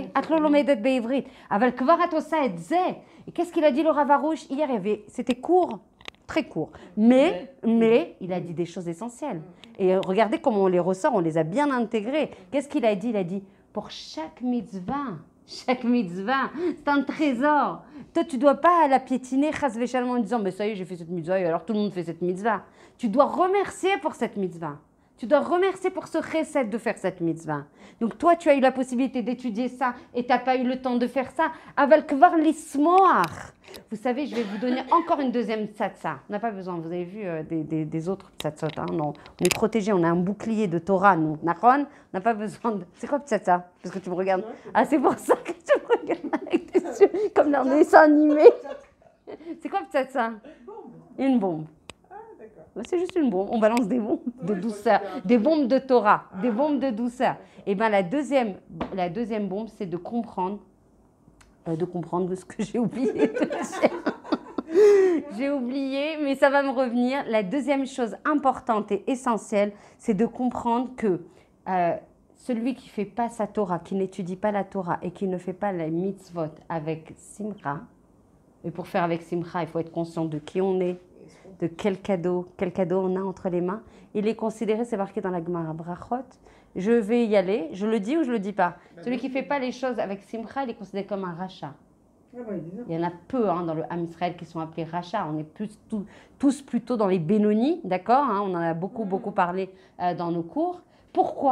et qu'est-ce qu'il a dit le Rav Arush hier? C'était court, très court, mais il a dit des choses essentielles. Et regardez comment on les ressort, on les a bien intégrés. Qu'est-ce qu'il a dit? Il a dit, pour chaque mitzvah, c'est un trésor. Toi, tu ne dois pas la piétiner chas v'shalom en disant, mais ça y est, j'ai fait cette mitzvah, et alors tout le monde fait cette mitzvah. Tu dois remercier pour cette mitzvah. Tu dois remercier pour ce chesed de faire cette mitzvah. Donc toi, tu as eu la possibilité d'étudier ça et tu n'as pas eu le temps de faire ça. Aval kvar lismoach. Vous savez, je vais vous donner encore une deuxième tzatza. On n'a pas besoin, vous avez vu des autres tzatzot. Hein? Non, on est protégés, on a un bouclier de Torah, nous. Nachon, on n'a pas besoin de... C'est quoi tzatza? Parce que tu me regardes. Ah, c'est pour ça que tu me regardes avec tes yeux, comme dans les dessins animés. C'est quoi tzatza? Une bombe. C'est juste une bombe. On balance des bombes de douceur, des bombes de Torah, des bombes de douceur. Et bien la deuxième bombe, c'est de comprendre ce que j'ai oublié de dire. J'ai oublié, mais ça va me revenir. La deuxième chose importante et essentielle, c'est de comprendre que celui qui ne fait pas sa Torah, qui n'étudie pas la Torah et qui ne fait pas la mitzvot avec simcha, et pour faire avec simcha, il faut être conscient de qui on est, de quel cadeau on a entre les mains. Il est considéré, c'est marqué dans la Gemara Brachot, je vais y aller, je le dis ou je le dis pas. Celui qui ne fait pas les choses avec simcha, il est considéré comme un rachat. Il y en a peu dans le Ham Israël qui sont appelés rachats. On est tous plutôt dans les Bénonis, d'accord, hein, on en a beaucoup parlé dans nos cours. Pourquoi?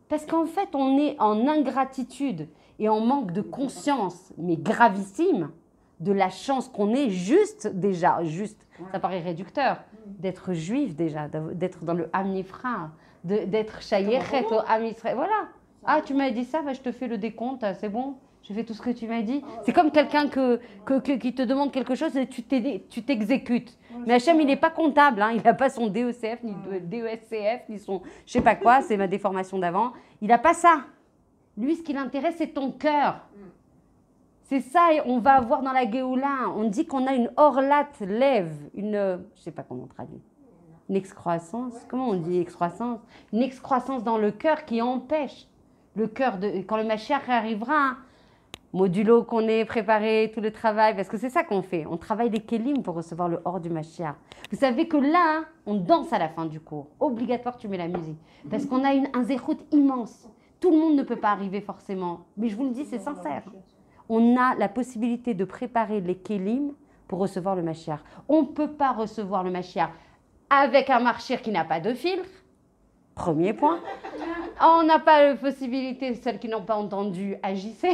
Parce qu'en fait, on est en ingratitude et en manque de conscience, mais gravissime, de la chance qu'on ait juste déjà, juste, ça paraît réducteur, d'être juif déjà, d'être dans le Amnifra, d'être Shayechet au Amisraël. Voilà. Ah, tu m'as dit ça, bah, je te fais le décompte, c'est bon, j'ai fait tout ce que tu m'as dit. C'est comme quelqu'un qui te demande quelque chose et tu t'exécutes. Mais Hachem, il n'est pas comptable, hein. Il n'a pas son DECF, ni DESCF, ni son je sais pas quoi, c'est ma déformation d'avant. Il n'a pas ça. Lui, ce qui l'intéresse, c'est ton cœur. C'est ça, et on va avoir dans la Géoula, on dit qu'on a une orlate lève, une, je sais pas comment on traduit, une excroissance, comment on dit excroissance? Une excroissance dans le cœur qui empêche le cœur de, quand le Mashiach arrivera, hein, modulo qu'on ait préparé tout le travail, parce que c'est ça qu'on fait, on travaille les kélim pour recevoir le hors du Mashiach. Vous savez que là, on danse à la fin du cours, obligatoire tu mets la musique, parce qu'on a un zéchout immense, tout le monde ne peut pas arriver forcément, mais je vous le dis, c'est sincère. On a la possibilité de préparer les kélim pour recevoir le Mashiach. On ne peut pas recevoir le Mashiach avec un marchir qui n'a pas de filtre. Premier point. On n'a pas la possibilité, celles qui n'ont pas entendu, agissez.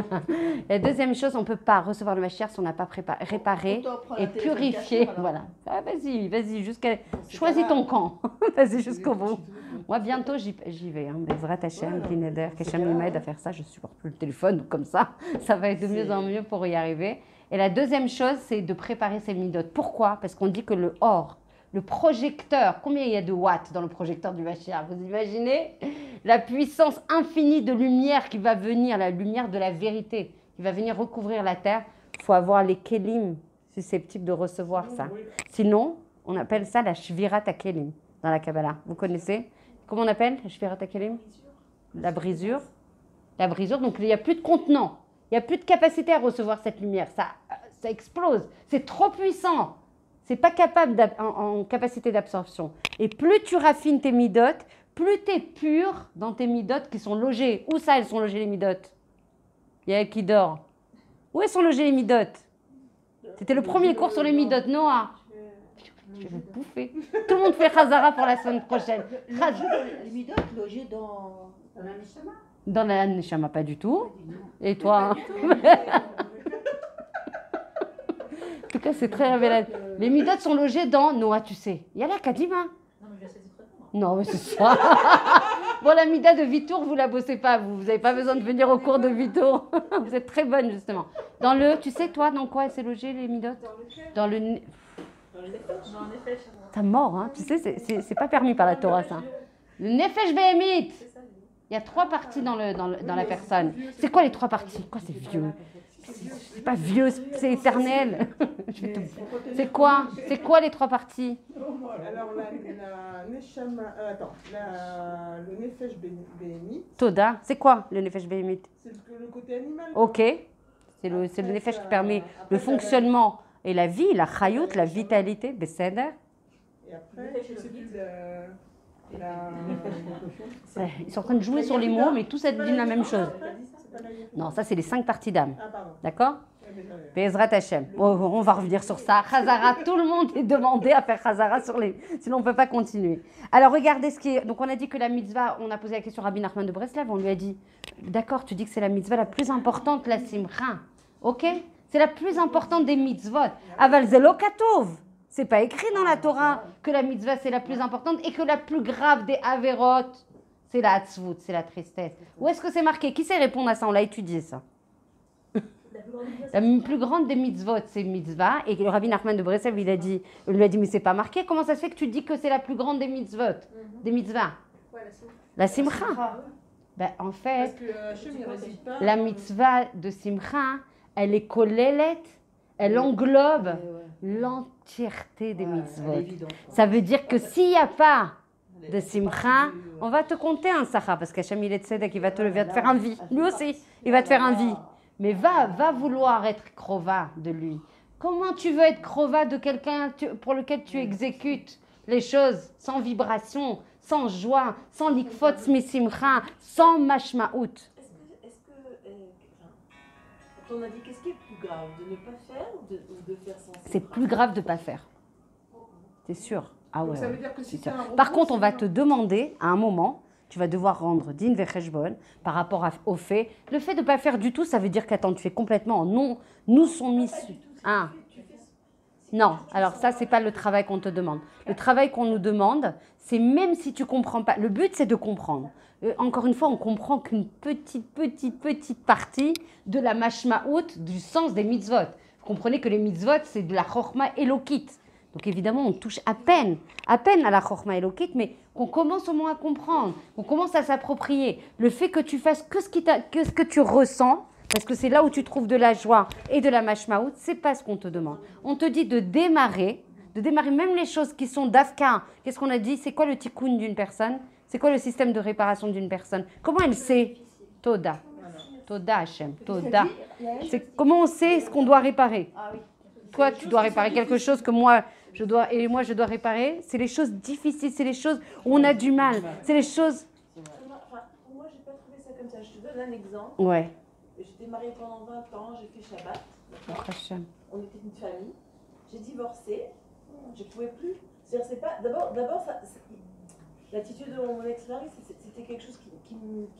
La deuxième chose, on ne peut pas recevoir le Mashiach si on n'a pas réparé et purifié. Voilà. Ah, vas-y, jusqu'à... Choisis ton camp. Vas-y jusqu'au bout. Moi, bientôt, j'y vais. Hein. Bezrat Hashem, Neder, qu'Hachem m'aide à faire ça. Je ne supporte plus le téléphone comme ça. Ça va être de mieux en mieux pour y arriver. Et la deuxième chose, c'est de préparer ses midot. Pourquoi? Parce qu'on dit que le or, le projecteur, combien il y a de watts dans le projecteur du Mashiach? Vous imaginez la puissance infinie de lumière qui va venir, la lumière de la vérité, qui va venir recouvrir la terre. Il faut avoir les kelim susceptibles de recevoir ça. Sinon, on appelle ça la shvirat hakelim dans la Kabbalah. Vous connaissez? Comment on appelle la shvirat hakelim? La brisure. La brisure, donc il n'y a plus de contenant. Il n'y a plus de capacité à recevoir cette lumière. Ça explose. C'est trop puissant. C'est pas capable en capacité d'absorption. Et plus tu raffines tes midot, plus tu es pur dans tes midot qui sont logées. Où ça, elles sont logées les midot? Il y a elle qui dort. Où elles sont logées les midot? C'était le premier cours sur les midot, Noah. Je vais te bouffer. Tout le monde fait Khazara pour la semaine prochaine. Les midot logés dans la Neshama. Dans la Neshama, pas du tout. Et toi? En tout cas, c'est très révélateur. Les midot sont logés dans Noah, tu sais. Il y a la Kadima. Non, mais c'est ça. Bon, la mida de Vitour, vous la bossez pas, vous n'avez pas besoin de venir au cours de Vitour. Vous êtes très bonne, justement. Dans le, tu sais, toi, dans quoi elle s'est logée, les midot? Dans le nefesh. T'as mort, hein. Tu sais, c'est pas permis par la Torah, ça. Le nefesh behemit. Il y a 3 parties dans la personne. C'est quoi les 3 parties? Quoi, c'est vieux? C'est pas vieux, c'est éternel. C'est quoi? C'est quoi les 3 parties? Alors, la Neshama. Attends, le Nefesh Behemit. Toda. C'est quoi le Nefesh Behemit? C'est le côté animal. Ok. C'est le Nefesh qui permet le fonctionnement et la vie, la chayout, la vitalité. Beseder. Et après, je sais plus Ils sont en train de jouer sur les mots, mais tous elles disent la même chose. Non, ça, c'est les 5 parties d'âme. D'accord? Bezrat Hashem. On va revenir sur ça. Khazara, tout le monde est demandé à faire Khazara sur les... Sinon, on ne peut pas continuer. Alors, regardez ce qui est... Donc, on a dit que la mitzvah, on a posé la question à Rabbi Nachman de Breslev, on lui a dit, d'accord, tu dis que c'est la mitzvah la plus importante, la simcha. Ok? C'est la plus importante des mitzvot. Aval zelo katov. C'est pas écrit dans la Torah que la mitzvah, c'est la plus importante et que la plus grave des averot, c'est la hatzvut, c'est la tristesse. Où est-ce que c'est marqué? Qui sait répondre à ça? On l'a étudié, ça. La plus grande des mitzvot, c'est mitzvah. Et le Rabbi Nachman de Breslev, il lui a dit, mais c'est pas marqué. Comment ça se fait que tu dis que c'est la plus grande des mitzvot, des mitzvahs? La simcha. Ben, en fait, la mitzvah de simcha, elle est kolelet, elle englobe l'entièreté des mitzvot. Ça veut dire que s'il n'y a pas de simcha, on va te compter un sacha, parce qu'Hachem il est tzedek, il va te faire un vie. Lui aussi, il va te faire un vie. Mais va vouloir être krova de lui. Comment tu veux être krova de quelqu'un pour lequel tu exécutes les choses sans vibration, sans joie, sans likfot misimcha, sans mashmaout? On a dit qu'est-ce qui est plus grave, de ne pas faire ou de faire sans faire? C'est plus grave de ne pas faire. C'est sûr. Ah ouais. Ça veut dire que si sûr. Par contre, on va te demander à un moment, tu vas devoir rendre din vecheshbon par rapport au fait. Le fait de ne pas faire du tout, ça veut dire qu'attends, tu fais complètement non, nous sont mis. Ah. Non, alors ça, c'est pas le travail qu'on te demande. Le travail qu'on nous demande, c'est même si tu comprends pas. Le but, c'est de comprendre. Encore une fois, on comprend qu'une petite partie de la mashmaout, du sens des mitzvot. Vous comprenez que les mitzvot, c'est de la chorma elokit. Donc évidemment, on touche à peine à la chorma elokit, mais qu'on commence au moins à comprendre, qu'on commence à s'approprier. Le fait que tu fasses que ce que tu ressens, parce que c'est là où tu trouves de la joie et de la mashmaout, c'est pas ce qu'on te demande. On te dit de démarrer même les choses qui sont d'afka. Qu'est-ce qu'on a dit? C'est quoi le tikkun d'une personne? C'est quoi le système de réparation d'une personne? Comment elle sait? Toda. Toda Hachem. Toda. C'est comment on sait ce qu'on doit réparer? Toi, tu dois réparer quelque chose que moi, je dois réparer. C'est les choses difficiles, c'est les choses où on a du mal. C'est les choses... Moi, j'ai pas trouvé ça comme ça. Je te donne un exemple. Ouais. J'étais mariée pendant 20 ans, j'ai fait Shabbat. On était une famille. J'ai divorcé. Je ne pouvais plus. C'est-à-dire, c'est pas. D'abord, l'attitude de mon ex-mari, c'était quelque chose qui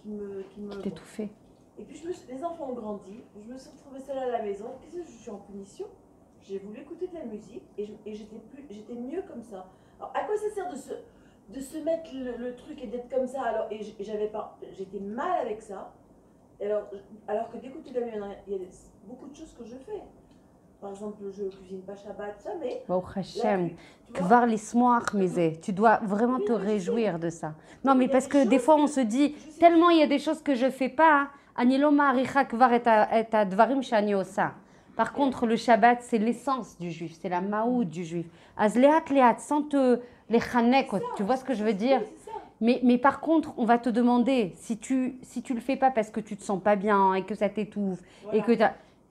me. T'étouffait. Et puis, les enfants ont grandi. Je me suis retrouvée seule à la maison. Qu'est-ce que je suis en punition? J'ai voulu écouter de la musique et j'étais mieux comme ça. Alors, à quoi ça sert de se mettre le truc et d'être comme ça? Alors, j'étais mal avec ça. Alors que d'écouter de la musique, il y a beaucoup de choses que je fais. Par exemple, je cuisine pas Shabbat, ça, mais... Baruch Hashem, kvar lismoach mizeh. Tu dois vraiment te réjouir de ça. Non, mais parce que des fois, on se dit, tellement il y a des choses que je fais pas, ani lo ma'aricha kvar et advarim shani osa. Par contre, le Shabbat, c'est l'essence du juif, c'est la maout du juif. Az lehat, sans te les chanek, tu vois ce que je veux dire? Mais par contre, on va te demander, si tu le fais pas parce que tu te sens pas bien et que ça t'étouffe, et que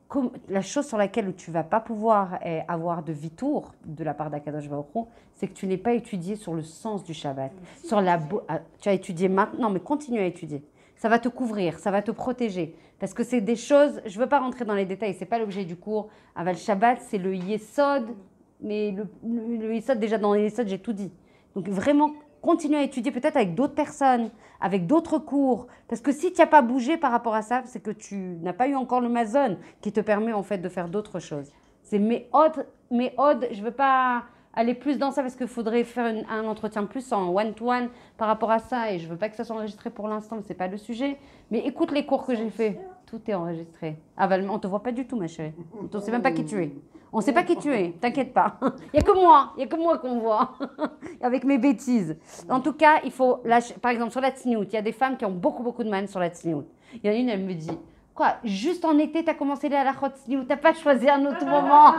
la chose sur laquelle tu vas pas pouvoir avoir de vitour de la part d'Akadosh Baruch Hu, c'est que tu n'es pas étudié sur le sens du Shabbat. Tu as étudié maintenant, mais continue à étudier. Ça va te couvrir, ça va te protéger. Parce que c'est des choses, je ne veux pas rentrer dans les détails, ce n'est pas l'objet du cours. Aval Shabbat, c'est le Yesod, mais le Yesod, déjà dans le Yesod, j'ai tout dit. Donc vraiment, continue à étudier peut-être avec d'autres personnes, avec d'autres cours. Parce que si tu n'as pas bougé par rapport à ça, c'est que tu n'as pas eu encore le mazon qui te permet en fait de faire d'autres choses. C'est méod, je ne veux pas aller plus dans ça parce qu'il faudrait faire un entretien plus en one-to-one par rapport à ça et je ne veux pas que ça soit enregistré pour l'instant, mais ce n'est pas le sujet. Mais écoute les cours que j'ai faits, tout est enregistré. Ah, on ne te voit pas du tout ma chérie, on ne sait même pas qui tu es. On ne sait pas qui tu es, t'inquiète pas. Il n'y a que moi qu'on voit, avec mes bêtises. En tout cas, il faut lâcher. Par exemple, sur la tsniout, il y a des femmes qui ont beaucoup de mal sur la tsniout. Il y en a une, elle me dit, quoi, juste en été, tu as commencé à la tsniout, tu n'as pas choisi un autre moment.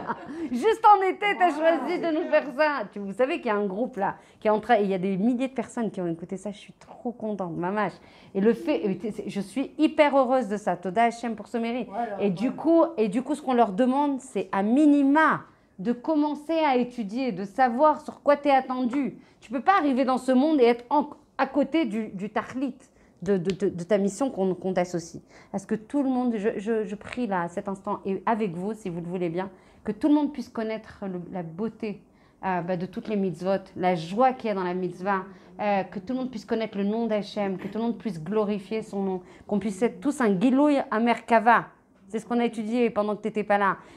Juste en été, tu as choisi de nous faire ça. Vous savez qu'il y a un groupe là, qui est en train, et il y a des milliers de personnes qui ont écouté ça, je suis trop contente, mamache. Et le fait, je suis hyper heureuse de ça, Toda Hachem pour ce mérite. Voilà, et du coup, ce qu'on leur demande, c'est à minima de commencer à étudier, de savoir sur quoi tu es attendu. Tu ne peux pas arriver dans ce monde et être à côté du tahlit. De ta mission qu'on t'associe. Est-ce que tout le monde, je prie là à cet instant et avec vous, si vous le voulez bien, que tout le monde puisse connaître la beauté de toutes les mitzvot, la joie qu'il y a dans la mitzvah, que tout le monde puisse connaître le nom d'Hachem, que tout le monde puisse glorifier son nom, qu'on puisse être tous un Gilouy Amerkava. C'est ce qu'on a étudié pendant que tu n'étais pas là.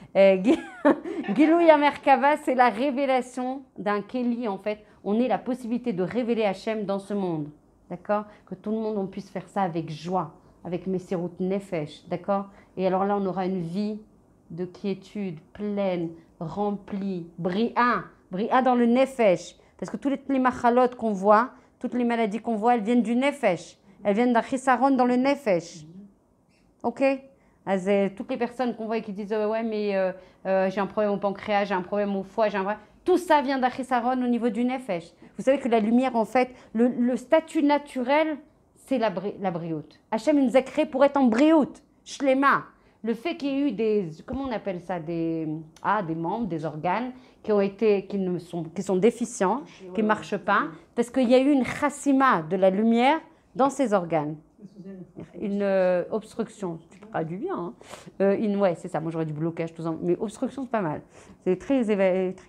Gilouy Amerkava, c'est la révélation d'un Kéli en fait. On est la possibilité de révéler Hachem dans ce monde. D'accord? Que tout le monde on puisse faire ça avec joie, avec Messirut Nefesh, d'accord? Et alors là, on aura une vie de quiétude, pleine, remplie, bria dans le Nefesh. Parce que toutes les machalot qu'on voit, toutes les maladies qu'on voit, elles viennent du Nefesh. Elles viennent d'un chisaron dans le Nefesh. Ok? Toutes les personnes qu'on voit et qui disent ouais, mais j'ai un problème au pancréas, j'ai un problème au foie, tout ça vient d'Achisaron au niveau du Nefesh. Vous savez que la lumière, en fait, le statut naturel, c'est la brioute. Hachem nous a créés pour être en brioute, shlema. Le fait qu'il y ait eu des, comment on appelle ça, des membres, des organes qui sont déficients, qui ne marchent pas, parce qu'il y a eu une chassima de la lumière dans ces organes. Une obstruction, tu traduis bien. Ouais, c'est ça, moi j'aurais du blocage, tout ça. Mais obstruction, c'est pas mal. C'est très.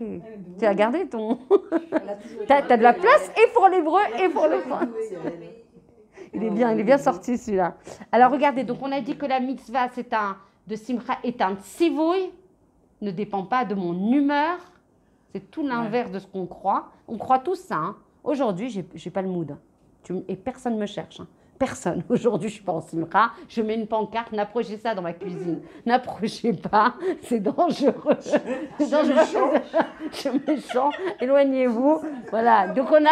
Tu as gardé ton. Tu as de la place et pour l'hébreu et pour le français. Il est bien sorti celui-là. Alors regardez, donc on a dit que la mitzvah de Simcha est un tzivouï, ne dépend pas de mon humeur. C'est tout l'inverse de ce qu'on croit. On croit tous ça. Hein. Aujourd'hui, j'ai pas le mood. Et personne ne me cherche. Hein. Personne. Aujourd'hui, je suis pas en Simcha. Je mets une pancarte. N'approchez ça dans ma cuisine. N'approchez pas. C'est dangereux. C'est dangereux. Je suis méchant. Éloignez-vous. Voilà. Donc on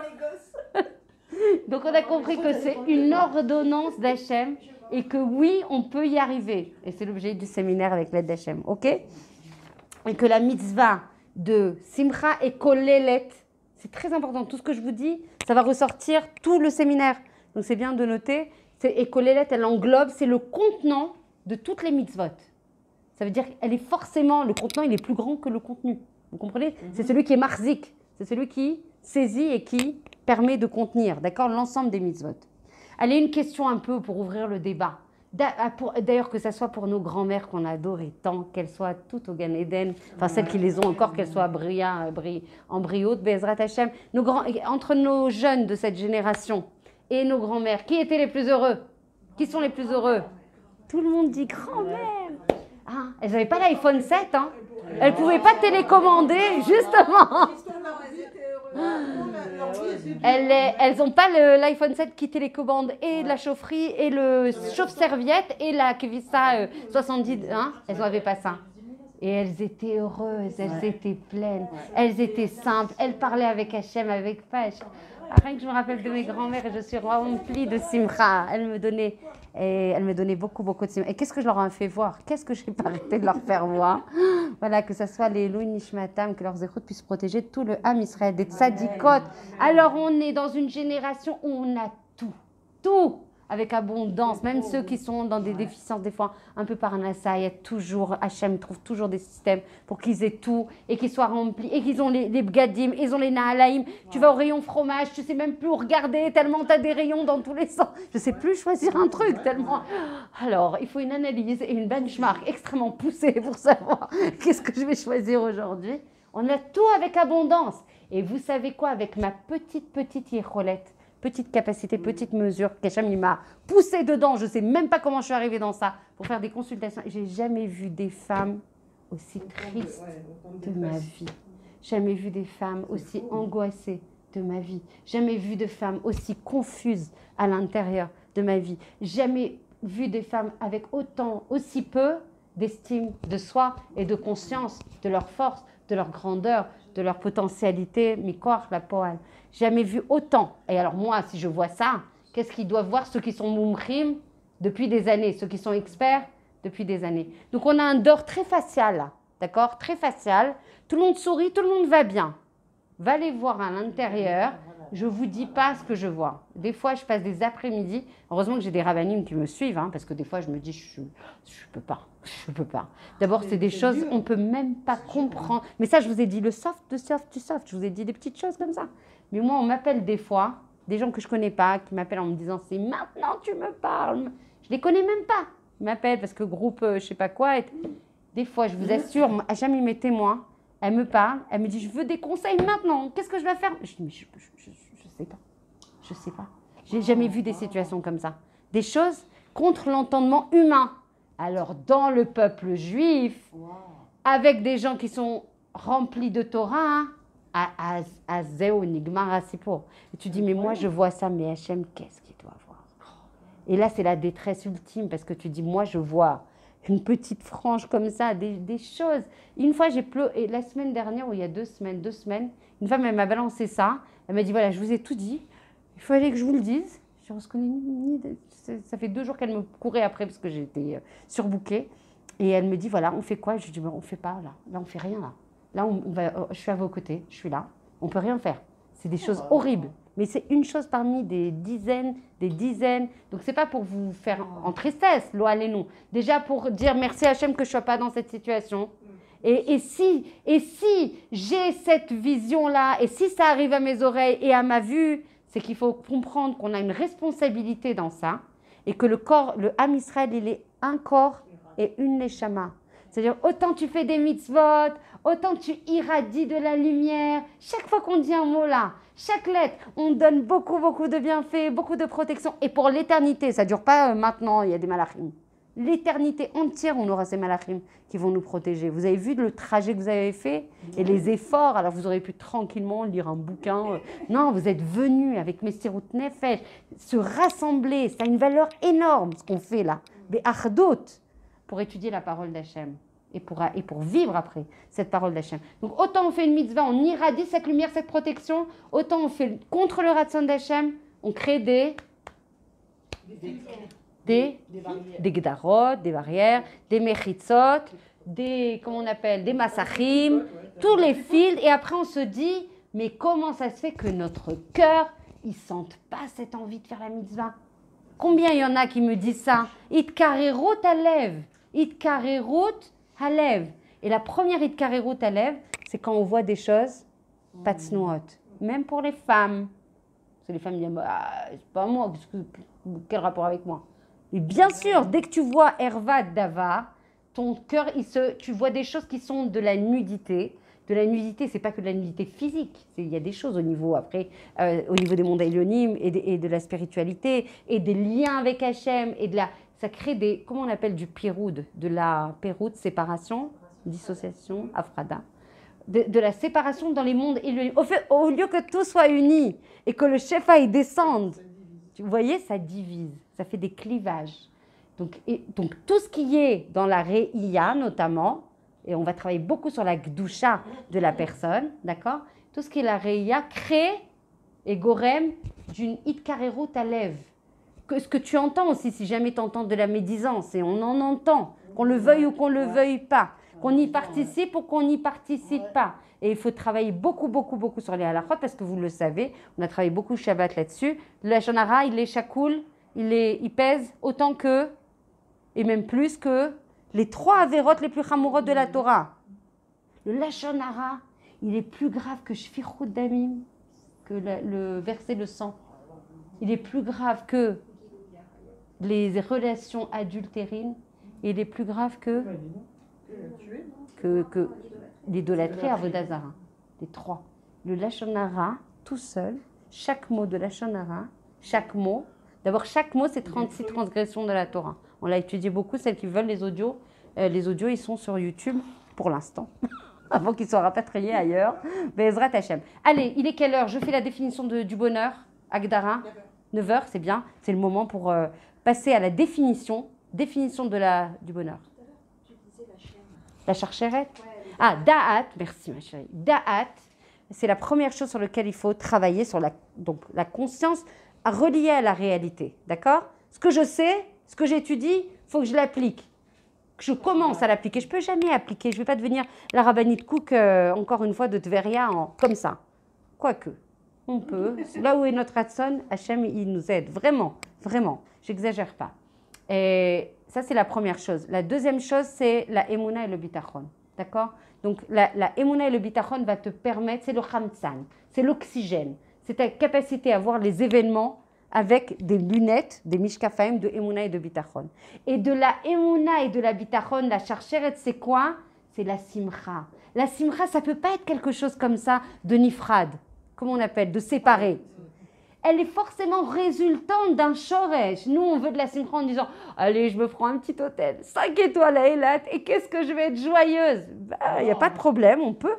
a compris que c'est une ordonnance d'Hachem et que oui, on peut y arriver. Et c'est l'objet du séminaire avec l'aide d'Hachem. OK? Et que la mitzvah de Simcha et Kolelet, c'est très important. Tout ce que je vous dis, ça va ressortir tout le séminaire. Donc c'est bien de noter. Et Kolelet, elle englobe, c'est le contenant de toutes les mitzvot. Ça veut dire qu'elle est forcément, le contenant, il est plus grand que le contenu. Vous comprenez? C'est celui qui est marzik. C'est celui qui saisit et qui permet de contenir, d'accord, l'ensemble des mitzvot. Allez, une question un peu pour ouvrir le débat. D'ailleurs, que ce soit pour nos grands-mères qu'on adore et tant, qu'elles soient toutes au Gan Eden, enfin celles qui les ont encore, qu'elles soient embryotes, Bezrat Hashem, entre nos jeunes de cette génération et nos grands-mères, qui étaient les plus heureux? Qui sont les plus heureux? Tout le monde dit grand-mère. Ah, elles n'avaient pas l'iPhone 7, hein. Elles ne pouvaient pas télécommander, justement. Elles n'ont pas l'iPhone 7 qui télécommande et la chaufferie et le chauffe-serviette et la Kevissa 70. Hein, elles n'avaient pas ça. Et elles étaient heureuses, elles étaient pleines, elles étaient simples. Elles parlaient avec Hachem, avec Pêche. Rien que je me rappelle de mes grands-mères et je suis remplie de simcha. Elles me donnaient beaucoup, beaucoup de simcha. Et qu'est-ce que je leur ai fait voir? Qu'est-ce que je n'ai pas arrêté de leur faire voir? Voilà, que ce soit les Louis Nishmatam, que leurs écoutes puissent protéger tout le Ham Israël, des tzadikot. Alors on est dans une génération où on a tout, avec abondance. Même ceux qui sont dans des déficiences, des fois un peu parnassa, il y a toujours, Hachem trouve toujours des systèmes pour qu'ils aient tout et qu'ils soient remplis et qu'ils ont les bgadim, ils ont les nahalaïm. Tu vas au rayon fromage, tu sais même plus où regarder tellement tu as des rayons dans tous les sens. Je sais plus choisir un truc tellement. Alors, il faut une analyse et une benchmark extrêmement poussée pour savoir qu'est-ce que je vais choisir aujourd'hui. On a tout avec abondance. Et vous savez quoi, avec ma petite yécholette, petite capacité, petite mesure, qu'Hachem il m'a poussé dedans, je ne sais même pas comment je suis arrivée dans ça, pour faire des consultations. J'ai jamais vu des femmes aussi tristes de ma vie. Jamais vu des femmes aussi angoissées de ma vie. Jamais vu de femmes aussi confuses à l'intérieur de ma vie. Jamais vu des femmes avec aussi peu d'estime de soi et de conscience de leur force, de leur grandeur, de leur potentialité, mikor, la poêle. Jamais vu autant. Et alors moi, si je vois ça, qu'est-ce qu'ils doivent voir ceux qui sont moumchim depuis des années, ceux qui sont experts depuis des années. Donc on a un dor très facial là, d'accord? Très facial. Tout le monde sourit, tout le monde va bien. Va les voir à l'intérieur. Je ne vous dis pas ce que je vois. Des fois, je passe des après-midi. Heureusement que j'ai des rabbinim qui me suivent, hein, parce que des fois, je me dis, je peux pas. D'abord, c'est des choses, on ne peut même pas comprendre. Mais ça, je vous ai dit le soft. Je vous ai dit des petites choses comme ça. Mais moi, on m'appelle des fois, des gens que je ne connais pas, qui m'appellent en me disant, c'est maintenant tu me parles. Je ne les connais même pas. Ils m'appellent parce que groupe, je ne sais pas quoi. Et des fois, je vous assure, Hachem, il m'est témoin. Elle me parle, elle me dit, je veux des conseils maintenant. Qu'est-ce que je dois faire? Je dis, mais je sais pas. Je sais pas. J'ai jamais vu des situations comme ça. Des choses contre l'entendement humain. Alors, dans le peuple juif, avec des gens qui sont remplis de Torah, à Zéo, Nigmar, Asipo. Et tu dis, mais moi, je vois ça, mais Hachem, qu'est-ce qu'il doit voir? Et là, c'est la détresse ultime, parce que tu dis, moi, je vois une petite frange comme ça, des choses. Une fois, j'ai pleuré, et la semaine dernière, ou il y a 2 semaines, une femme, elle m'a balancé ça. Elle m'a dit, voilà, je vous ai tout dit. Il fallait que je vous le dise. Je reconnais, ça fait 2 jours qu'elle me courait après parce que j'étais surbookée. Et elle me dit, voilà, on fait quoi? Je lui dis, on ne fait pas, là. Là, on ne fait rien, là. Là, je suis à vos côtés, je suis là. On ne peut rien faire. C'est des choses horribles. Mais c'est une chose parmi des dizaines. Donc, ce n'est pas pour vous faire en tristesse, lo allez-nous. Déjà pour dire merci à Hachem que je ne sois pas dans cette situation. Et si j'ai cette vision-là, et si ça arrive à mes oreilles et à ma vue, c'est qu'il faut comprendre qu'on a une responsabilité dans ça et que le corps, le Ham Israël, il est un corps et une neshama. C'est-à-dire, autant tu fais des mitzvot, autant tu irradies de la lumière. Chaque fois qu'on dit un mot là, chaque lettre, on donne beaucoup, beaucoup de bienfaits, beaucoup de protection. Et pour l'éternité, ça ne dure pas maintenant, il y a des malachim. L'éternité entière, on aura ces malachim qui vont nous protéger. Vous avez vu le trajet que vous avez fait et les efforts. Alors vous aurez pu tranquillement lire un bouquin. Non, vous êtes venus avec Messirut Nefesh, se rassembler. Ça a une valeur énorme ce qu'on fait là. Mais Achdot, pour étudier la parole d'Hachem et pour vivre après cette parole d'Hachem. Donc autant on fait une mitzvah, on irradie cette lumière, cette protection, autant on fait contre le ratson d'Hachem, on crée des gdarot, des barrières, des mechitzot, comment on appelle, des massachim, tous les fils. Et après on se dit, mais comment ça se fait que notre cœur, il ne sente pas cette envie de faire la mitzvah? Combien il y en a qui me disent ça? Itkarerut halev, itkarerut halev. Et la première itkarerut halev, c'est quand on voit des choses pas tsnuot, même pour les femmes. Parce que les femmes disent, c'est pas moi, quel rapport avec moi? Et bien sûr, dès que tu vois Hervat Davar, ton cœur, tu vois des choses qui sont de la nudité. De la nudité, c'est pas que de la nudité physique. Il y a des choses au niveau, après, au niveau des mondes élionimes et de la spiritualité et des liens avec Hachem. Ça crée des, comment on appelle, du piroud, de la péroud, séparation, dissociation, afrada. De la séparation dans les mondes élionimes. Au lieu que tout soit uni et que le Shefa y descende, vous voyez, ça divise, ça fait des clivages. Donc tout ce qui est dans la Re'iyah notamment, et on va travailler beaucoup sur la Gdusha de la personne, d'accord? Tout ce qui est la Re'iyah crée et gorem d'une Itkarerut halev. Ce que tu entends aussi, si jamais tu entends de la médisance, et on en entend, qu'on le veuille ou qu'on ne le veuille pas, qu'on y participe ou qu'on n'y participe pas. Et il faut travailler beaucoup, beaucoup, beaucoup sur les halachot, parce que vous le savez, on a travaillé beaucoup Shabbat là-dessus. Le Lashon Hara, il est chakoul, il pèse autant que, et même plus que, les 3 avérotes les plus chamourot de la Torah. Le Lashon Hara, il est plus grave que Shfichut Damim, que le verset de sang. Il est plus grave que les relations adultérines, et il est plus grave que l'idolâtrie Avodah Zara. Les 3. Le Lashon Hara, tout seul, chaque mot de Lashon Hara, chaque mot, d'abord chaque mot c'est 36 transgressions de la Torah. On l'a étudié beaucoup, celles qui veulent les audios ils sont sur YouTube pour l'instant, avant qu'ils soient rapatriés ailleurs. Be'ezrat Hashem. Allez, il est quelle heure? Je fais la définition du bonheur, Agdara. 9h, c'est bien, c'est le moment pour passer à la définition du bonheur. Tu disais la chaîne. La charcheret. Ah, Da'at, merci ma chérie. Da'at, c'est la première chose sur laquelle il faut travailler, sur la conscience reliée à la réalité. D'accord? Ce que je sais, ce que j'étudie, il faut que je l'applique. Que je commence à l'appliquer. Je ne peux jamais appliquer. Je ne vais pas devenir la rabbinite Cook, encore une fois, de Tveria, comme ça. Quoique, on peut. Là où est notre Hatson, Hachem, il nous aide. Vraiment, vraiment. J'exagère pas. Et ça, c'est la première chose. La deuxième chose, c'est la Emouna et le Bitachon. D'accord? Donc, la Emouna et le Bitachon va te permettre, c'est le Khamtsan, c'est l'oxygène. C'est ta capacité à voir les événements avec des lunettes, des mishkafaim de Emouna et de Bitachon. Et de la Emouna et de la Bitachon, la charcheret, c'est quoi? C'est la Simcha. La Simcha, ça ne peut pas être quelque chose comme ça de nifrad, comment on appelle, de séparé. Elle est forcément résultante d'un shoresh. Nous, on veut de la Simcha en disant « Allez, je me prends un petit hôtel, 5 étoiles à Eilat, et qu'est-ce que je vais être joyeuse ?» Il n'y a pas de problème, on peut.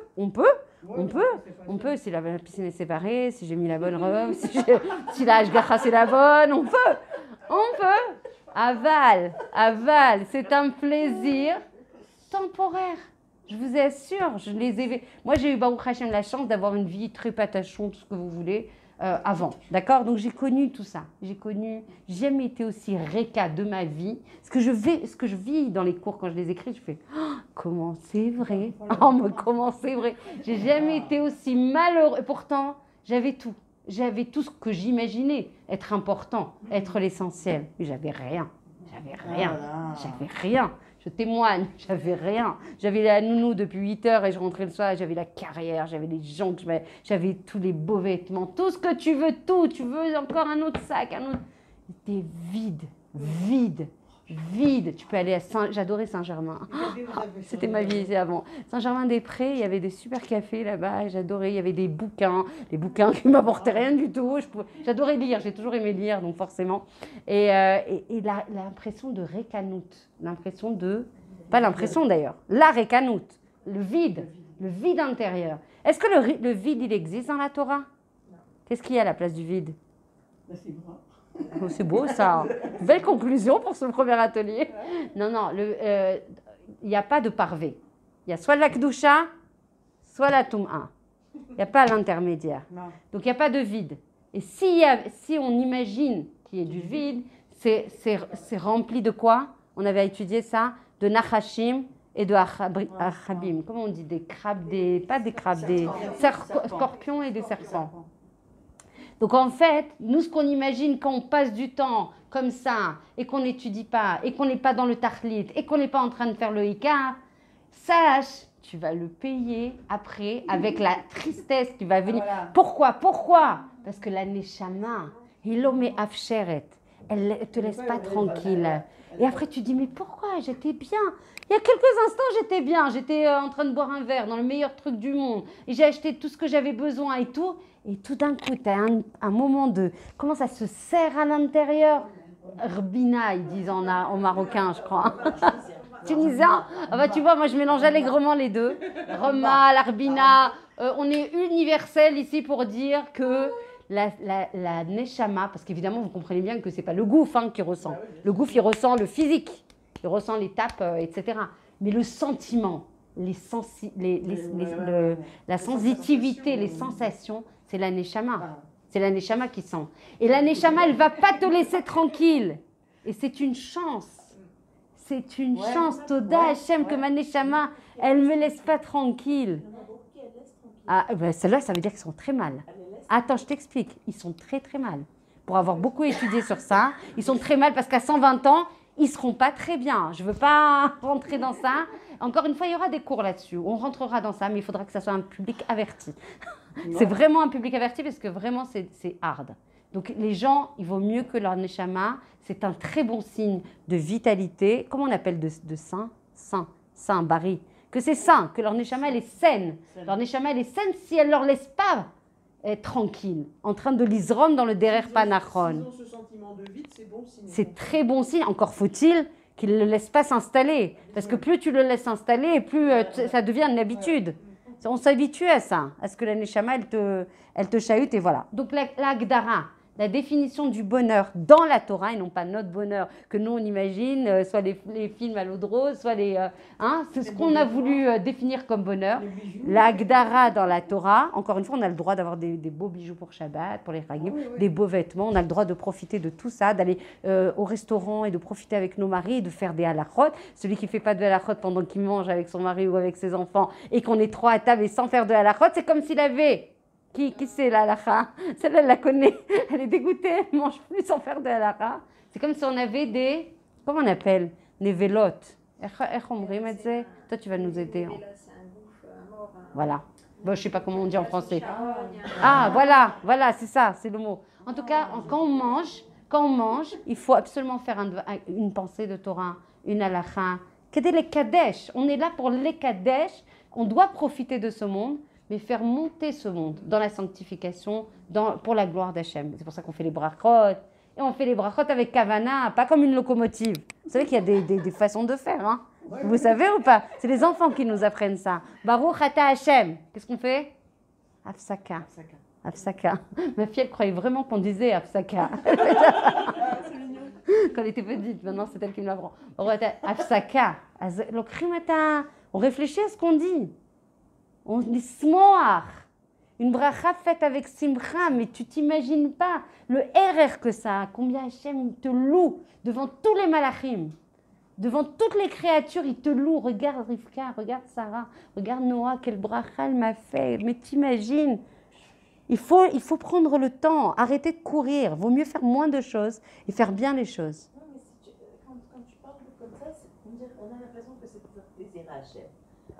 Si la piscine est séparée, si j'ai mis la bonne robe, si la hashgacha c'est la bonne, on peut. Aval, c'est un plaisir temporaire. Je vous assure, moi j'ai eu Baruch Hashem la chance d'avoir une vie très patachon, tout ce que vous voulez, avant, d'accord? Donc j'ai connu tout ça. J'ai jamais été aussi réca de ma vie. Ce que je vis dans les cours quand je les écris, je fais comment c'est vrai? Comment c'est vrai? J'ai jamais été aussi malheureux. Et pourtant, j'avais tout. J'avais tout ce que j'imaginais être important, être l'essentiel. Mais j'avais rien. Je témoigne, j'avais rien. J'avais la nounou depuis 8 heures et je rentrais le soir, j'avais la carrière, j'avais les gens, j'avais tous les beaux vêtements, tout ce que tu veux, tout. Tu veux encore un autre sac, un autre. C'était vide. vide. Tu peux aller à j'adorais Saint-Germain. C'était ma vie ici avant. Saint-Germain-des-Prés, il y avait des super cafés là-bas, j'adorais. Il y avait des bouquins qui ne m'apportaient rien du tout. J'adorais lire, j'ai toujours aimé lire, donc forcément. Et l'impression de récanoute, l'impression de... Pas l'impression d'ailleurs, la récanoute, le vide intérieur. Est-ce que le vide, il existe dans la Torah? Qu'est-ce qu'il y a à la place du vide? C'est bras. Oh, c'est beau ça. Belle conclusion pour ce premier atelier. Non, il n'y a pas de parvé. Il y a soit la Kedusha, soit la Toum'a. Il n'y a pas l'intermédiaire. Donc il n'y a pas de vide. Et si on imagine qu'il y ait du vide, c'est rempli de quoi? On avait étudié ça, de Nachashim et de Achabim. Comment on dit? Des crabes, pas des crabes, des scorpions et des serpents. Donc en fait, nous, ce qu'on imagine quand on passe du temps comme ça et qu'on n'étudie pas et qu'on n'est pas dans le tahlit et qu'on n'est pas en train de faire le hikar, sache, tu vas le payer après avec la tristesse qui va venir. Voilà. Pourquoi? Parce que la neshama, hilome afsheret, elle ne te laisse pas tranquille. Et après, tu dis, mais pourquoi? J'étais bien. Il y a quelques instants, j'étais bien. J'étais en train de boire un verre dans le meilleur truc du monde. Et j'ai acheté tout ce que j'avais besoin et tout. Et tout d'un coup, tu as un moment de... Comment ça se serre à l'intérieur? Rbina, ils disent en marocain, je crois. Tunisien. Ah bah, tu vois, moi, je mélange allègrement les deux. Rema, l'Arbina. On est universel ici pour dire que la neshama, parce qu'évidemment, vous comprenez bien que ce n'est pas le gouffre qui ressent. Le gouffre, il ressent le physique. Il ressent les tapes, etc. Mais le sentiment, la sensitivité, les sensations, c'est la neshama. C'est la neshama qui sent. Et la neshama, elle ne va pas te laisser tranquille. Et c'est une chance. C'est une chance. Toda Hachem, que ma neshama, elle ne me laisse pas tranquille. Ah, ben celle-là, ça veut dire qu'ils sont très mal. Attends, je t'explique. Ils sont très, très mal. Pour avoir beaucoup étudié sur ça, ils sont très mal parce qu'à 120 ans, ils ne seront pas très bien. Je ne veux pas rentrer dans ça. Encore une fois, il y aura des cours là-dessus. On rentrera dans ça, mais il faudra que ça soit un public averti. C'est vraiment un public averti parce que vraiment, c'est hard. Donc, les gens, il vaut mieux que leur neshama. C'est un très bon signe de vitalité. Comment on appelle de sain? Sain, bari. Que c'est sain, que leur neshama, elle est saine. Leur neshama, elle est saine si elle ne leur laisse pas être tranquille, en train de l'isrom dans le derer panachon. S'ils ont ce sentiment de vide, c'est bon signe. C'est très bon signe. Encore faut-il qu'il ne le laisse pas s'installer. Parce que plus tu le laisses s'installer, plus ça devient une habitude. On s'habitue à ça, à ce que la neshama, elle te chahute et voilà. Donc l'agdara, la définition du bonheur dans la Torah, et non pas notre bonheur que nous on imagine, soit les films à l'eau de rose, soit c'est ce qu'on a voulu définir comme bonheur. L'agdara dans la Torah, encore une fois, on a le droit d'avoir des beaux bijoux pour Shabbat, pour les Chagim, des beaux vêtements, on a le droit de profiter de tout ça, d'aller au restaurant et de profiter avec nos maris et de faire des halachot. Celui qui ne fait pas de halachot pendant qu'il mange avec son mari ou avec ses enfants et qu'on est trois à table et sans faire de halachot, c'est comme s'il avait... Qui c'est la halakha? Celle-là, elle la connaît. Elle est dégoûtée, elle ne mange plus sans faire de halakha. C'est comme si on avait des... Comment on appelle? Des vélotes. Toi, tu vas nous aider. Voilà. Bon, je ne sais pas comment on dit en français. Ah, voilà, c'est ça, c'est le mot. En tout cas, quand on mange, il faut absolument faire une pensée de Torah, une halakha. Qu'est-ce les kadesh? On est là pour les kadesh. On doit profiter de ce monde. Mais faire monter ce monde dans la sanctification, pour la gloire d'Hachem. C'est pour ça qu'on fait les brachot. Et on fait les brachot avec kavana, pas comme une locomotive. Vous savez qu'il y a des façons de faire. Hein? Vous savez ou pas? C'est les enfants qui nous apprennent ça. Baruch ata Hachem. Qu'est-ce qu'on fait? Afsaka. Afsaka. Ma fille, elle croyait vraiment qu'on disait Afsaka. Quand elle était petite, maintenant c'est elle qui me l'apprend. Afsaka. On réfléchit à ce qu'on dit. On dit smoach, une bracha faite avec simcha, mais tu t'imagines pas le RR que ça a, combien Hachem te loue devant tous les malachim, devant toutes les créatures, il te loue. Regarde Rivka, regarde Sarah, regarde Noah, quelle bracha elle m'a fait, mais t'imagines. Il faut prendre le temps, arrêter de courir, vaut mieux faire moins de choses et faire bien les choses. Non, mais quand tu parles comme ça, on a l'impression que c'est pour faire plaisir à Hachem.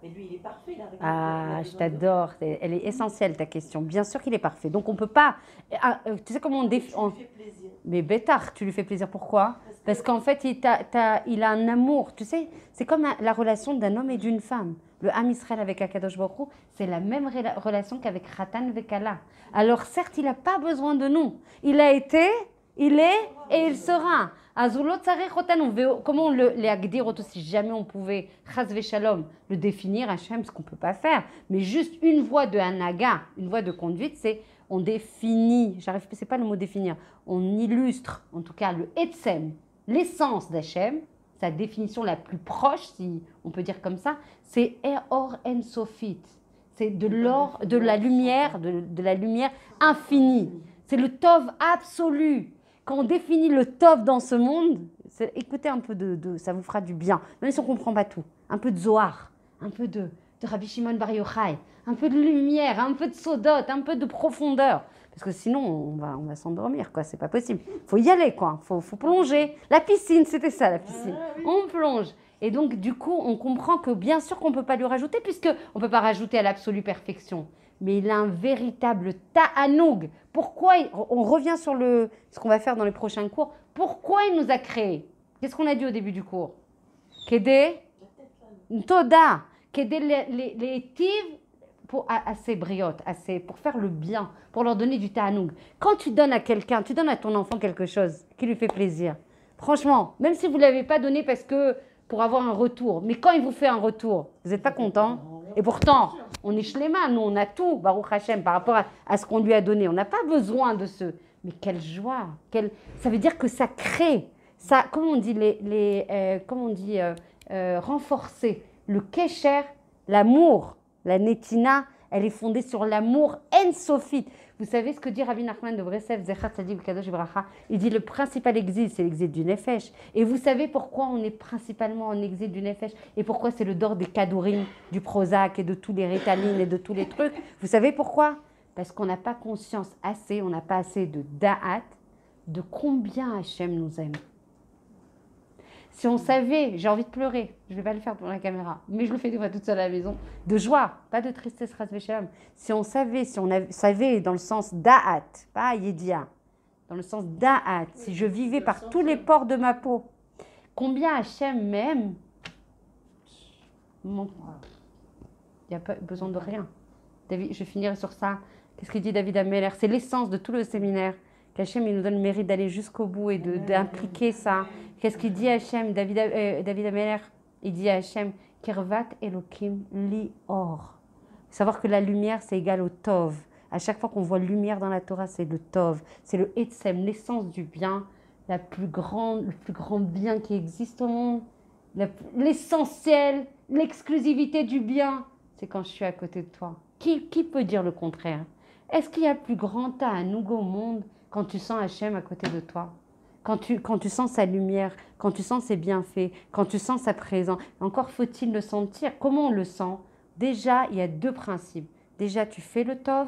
Mais lui, il est parfait, là. Ah, je t'adore. Elle est essentielle, ta question. Bien sûr qu'il est parfait. Donc, on ne peut pas... tu sais comment on définit... Tu lui fais plaisir. Mais bêtard, tu lui fais plaisir. Pourquoi? Parce qu'en fait, il a un amour. Tu sais, c'est comme la relation d'un homme et d'une femme. Le Ham Israël avec Akadosh Baruch Hu, c'est la même relation qu'avec Khatan Vekala. Alors certes, il n'a pas besoin de nous. Il a été, il est et il sera. Azulot Tzarech Otan, comment les agdir si jamais on pouvait, Chas Veshalom, le définir, Hachem, ce qu'on ne peut pas faire. Mais juste une voie de Hanaga, une voie de conduite, c'est on définit, c'est pas le mot définir, on illustre, en tout cas le Etzem, l'essence d'Hachem, sa définition la plus proche, si on peut dire comme ça, c'est Or En Sofit. C'est de l'or, de la lumière infinie. C'est le Tov absolu. Quand on définit le Tov dans ce monde, écoutez un peu ça vous fera du bien, même si on ne comprend pas tout. Un peu de Zohar, un peu de Rabbi Shimon Bar Yochai, un peu de lumière, un peu de Sodot, un peu de profondeur. Parce que sinon, on va s'endormir, quoi. C'est pas possible. Il faut y aller, quoi. Faut plonger. La piscine, c'était ça, la piscine. On plonge. Et donc, du coup, on comprend que bien sûr qu'on ne peut pas lui rajouter, puisqu'on ne peut pas rajouter à l'absolue perfection. Mais il a un véritable ta'anoug. Pourquoi on revient sur ce qu'on va faire dans les prochains cours. Pourquoi il nous a créés? Qu'est-ce qu'on a dit au début du cours? Kédé, Toda, Kédé les tiv à ses briottes, pour faire le bien, pour leur donner du ta'anoug. Quand tu donnes à quelqu'un, tu donnes à ton enfant quelque chose qui lui fait plaisir. Franchement, même si vous ne l'avez pas donné pour avoir un retour, mais quand il vous fait un retour, vous n'êtes pas content? Et pourtant, on est shléma, nous on a tout, Baruch Hashem, par rapport à ce qu'on lui a donné. On n'a pas besoin de ce. Mais quelle joie, ça veut dire que ça crée, ça, comment on dit, renforcer le kesher, l'amour, la netina, elle est fondée sur l'amour en-sofit. Vous savez ce que dit Rabbi Nachman de Breslev, Zecher Tzadik Kadosh Bracha? Il dit le principal exil, c'est l'exil du Nefesh. Et vous savez pourquoi on est principalement en exil du Nefesh? Et pourquoi c'est le dor des Kadourim, du Prozac et de tous les Ritalines et de tous les trucs? Vous savez pourquoi? Parce qu'on n'a pas conscience assez, on n'a pas assez de da'at, de combien Hachem nous aime. Si on savait, j'ai envie de pleurer, je ne vais pas le faire pour la caméra, mais je le fais des fois toute seule à la maison, de joie, pas de tristesse, ras veshalom. Si on savait dans le sens da'at, pas yedia, dans le sens da'at, si je vivais par tous les pores de ma peau, combien Hachem m'aime, il n'y a pas besoin de rien. David, je finirai sur ça. Qu'est-ce qu'il dit David Ameller? C'est l'essence de tout le séminaire. Qu'Hachem il nous donne le mérite d'aller jusqu'au bout et d'impliquer ça. Qu'est-ce qu'il dit à Hachem? David Ameller, il dit à Hachem, Kirvat Elokim li or. Savoir que la lumière, c'est égal au Tov. À chaque fois qu'on voit lumière dans la Torah, c'est le Tov. C'est le Etzem, l'essence du bien, le plus grand bien qui existe au monde. L'essentiel, l'exclusivité du bien, c'est quand je suis à côté de toi. Qui peut dire le contraire? Est-ce qu'il y a plus grand ta'anoug au monde quand tu sens Hachem à côté de toi? Quand tu sens sa lumière, quand tu sens ses bienfaits, quand tu sens sa présence. Encore faut-il le sentir. Comment on le sent? Déjà, il y a deux principes. Déjà, tu fais le tov.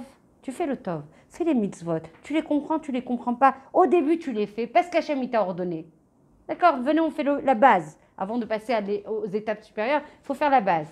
Fais les mitzvot. Tu les comprends pas. Au début, tu les fais parce qu'Hachem il t'a ordonné. D'accord? Venez, on fait la base. Avant de passer aux étapes supérieures, il faut faire la base.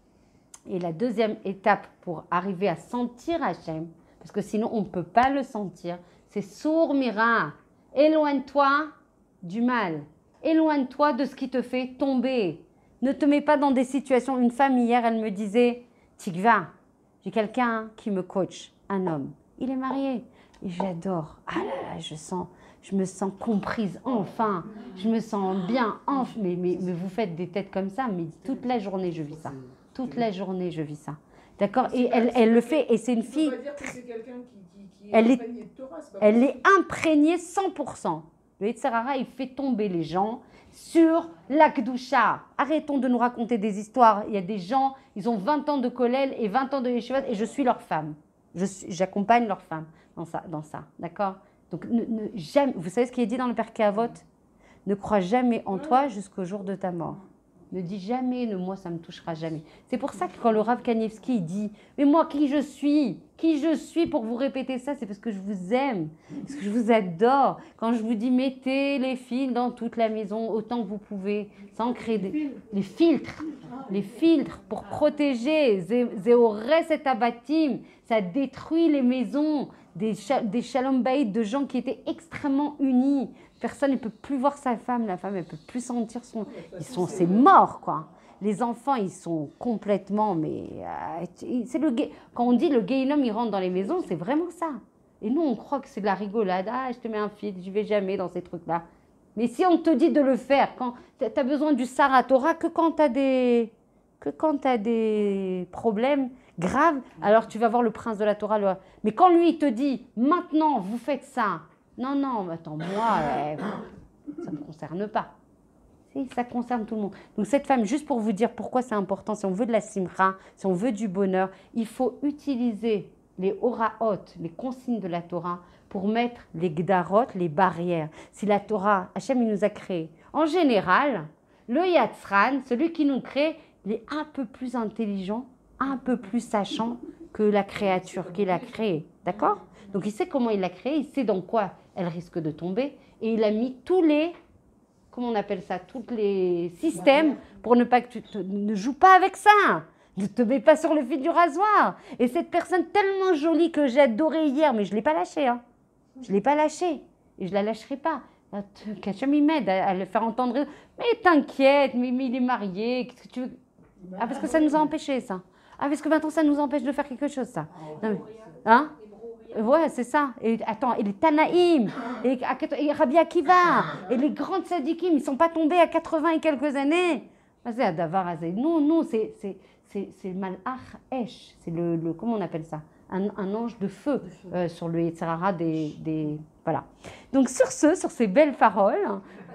Et la deuxième étape pour arriver à sentir Hachem, parce que sinon on ne peut pas le sentir, c'est sourd mira. Éloigne-toi du mal. Éloigne-toi de ce qui te fait tomber. Ne te mets pas dans des situations. Une femme hier, elle me disait, Tikva, j'ai quelqu'un qui me coach, un homme. Il est marié. Et j'adore. Ah là là, je me sens comprise, enfin. Je me sens bien, enfin. Mais vous faites des têtes comme ça, mais toute la journée, je vis ça. Toute la journée, je vis ça. D'accord? Et elle le fait, et c'est une fille... On va dire que c'est quelqu'un qui est elle imprégnée de Torah, c'est pas elle possible. est imprégnée 100%. Le Yetzer Hara, il fait tomber les gens sur l'Akdoucha. Arrêtons de nous raconter des histoires. Il y a des gens, ils ont 20 ans de Kollel et 20 ans de Yeshivat, et je suis leur femme. J'accompagne leur femme dans ça. D'accord? Donc, jamais, vous savez ce qui est dit dans le Pirkei Avot? Ne crois jamais en toi jusqu'au jour de ta mort. Ne dis jamais, moi, ça ne me touchera jamais. C'est pour ça que quand le Rav Kanievski dit « Mais moi, qui je suis pour vous répéter ça, c'est parce que je vous aime, parce que je vous adore. Quand je vous dis « Mettez les fils dans toute la maison autant que vous pouvez, sans créer les filtres pour protéger. Zéores et abatim, ça détruit les maisons, des shalom bayit de gens qui étaient extrêmement unis. Personne ne peut plus voir sa femme, la femme, elle ne peut plus sentir son... C'est mort, quoi. Les enfants, ils sont complètement... Quand on dit le guéhinnom, il rentre dans les maisons, c'est vraiment ça. Et nous, on croit que c'est de la rigolade. Ah, je te mets un fil, je ne vais jamais dans ces trucs-là. Mais si on te dit de le faire, quand tu as besoin du Sarah Torah, que quand tu as des problèmes graves, alors tu vas voir le prince de la Torah. Mais quand lui, il te dit, maintenant, vous faites ça. Non, attends, moi, ça ne me concerne pas. Si, ça concerne tout le monde. Donc cette femme, juste pour vous dire pourquoi c'est important, si on veut de la simra, si on veut du bonheur, il faut utiliser les oraot, les consignes de la Torah, pour mettre les gdarot, les barrières. Si la Torah, Hachem, il nous a créé. En général, le Yatzran, celui qui nous crée, il est un peu plus intelligent, un peu plus sachant que la créature qu'il a créée. D'accord ? Donc il sait comment il l'a créée, il sait dans quoi elle risque de tomber. Et il a mis tous les, comment on appelle ça, tous les systèmes pour ne pas que ne joues pas avec ça. Ne te mets pas sur le fil du rasoir. Et cette personne tellement jolie que j'ai adorée hier, mais je ne l'ai pas lâchée. Hein. Je ne l'ai pas lâchée. Et je ne la lâcherai pas. Qu'Hachem il m'aide à le faire entendre. Mais t'inquiète, mais il est marié. Qu'est-ce que tu veux? Ah, parce que ça nous a empêchés, ça. Ah, parce que maintenant, ça nous empêche de faire quelque chose, ça. Non, mais, hein? Ouais, c'est ça. Et attends, et les Tanaïm, et Rabbi Akiva, et les grandes tzadikim, ils ne sont pas tombés à 80 et quelques années. Non, c'est le Malach Esh, c'est le comment on appelle ça, un ange de feu sur le Yetzirara voilà. Donc sur ces belles paroles,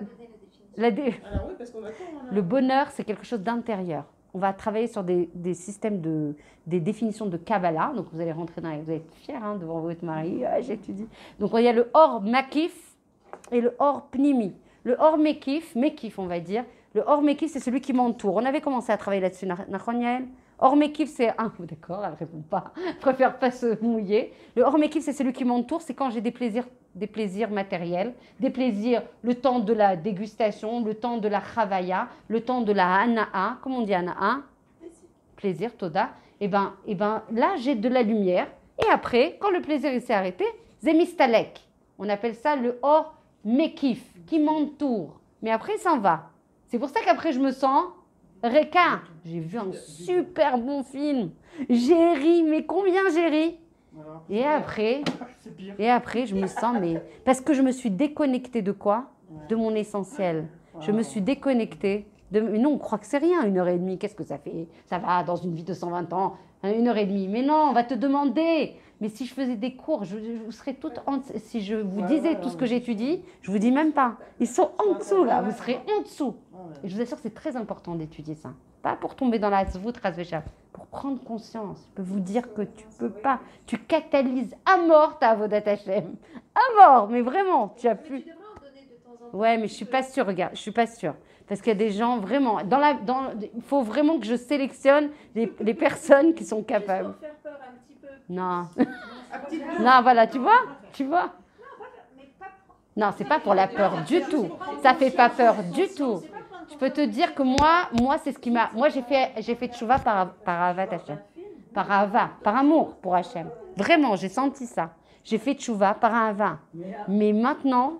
le bonheur, c'est quelque chose d'intérieur. On va travailler sur des systèmes des définitions de Kabbalah. Donc, vous allez rentrer vous allez être fiers devant votre mari. Ah, j'étudie. Donc, il y a le Or Makif et le Or Pnimi. Le Or Mekif, on va dire. Le Or Mekif, c'est celui qui m'entoure. On avait commencé à travailler là-dessus, Nachon Yael. Or Mekif, c'est... Ah, d'accord, elle ne répond pas. Je préfère pas se mouiller. Le Or Mekif, c'est celui qui m'entoure. C'est quand j'ai des plaisirs matériels, des plaisirs, le temps de la dégustation, le temps de la chavaya, le temps de la hana'a. Comment on dit hana'a? Plaisir, toda. Et ben, là, j'ai de la lumière. Et après, quand le plaisir s'est arrêté, zemistalek. On appelle ça le Or Mekif, qui m'entoure. Mais après, il s'en va. C'est pour ça qu'après, je me sens... Reka, j'ai vu un super bon film. J'ai ri, mais combien j'ai ri? Et après, je me sens, mais... Parce que je me suis déconnectée de quoi? De mon essentiel. Je me suis déconnectée de... Mais non, on croit que c'est rien, 1h30. Qu'est-ce que ça fait? Ça va dans une vie de 120 ans, 1h30. Mais non, on va te demander. Mais si je faisais des cours, je serais toute... Si je vous disais tout ce que j'étudie, je vous dis même pas. Ils sont en dessous, là. Vous serez en dessous. Et je vous assure que c'est très important d'étudier ça. Pas pour tomber dans la zvout rasvécha, pour prendre conscience. Je peux vous dire que tu peux pas. Tu catalyses à mort ta avodat Hashem. À mort, mais vraiment. Tu as plus... Ouais, mais je suis pas sûre, regarde. Je suis pas sûre. Parce qu'il y a des gens vraiment... il faut vraiment que je sélectionne les personnes qui sont capables. Juste pour faire peur un petit peu. Non. Non, voilà, tu vois. Non, c'est pas pour la peur du tout. Ça fait pas peur du tout. Je peux te dire que moi c'est ce qui m'a... Moi, j'ai fait tchouva par Avat Hashem. Par Ava, par amour pour Hashem. Vraiment, j'ai senti ça. J'ai fait tchouva par Ava. Mais maintenant,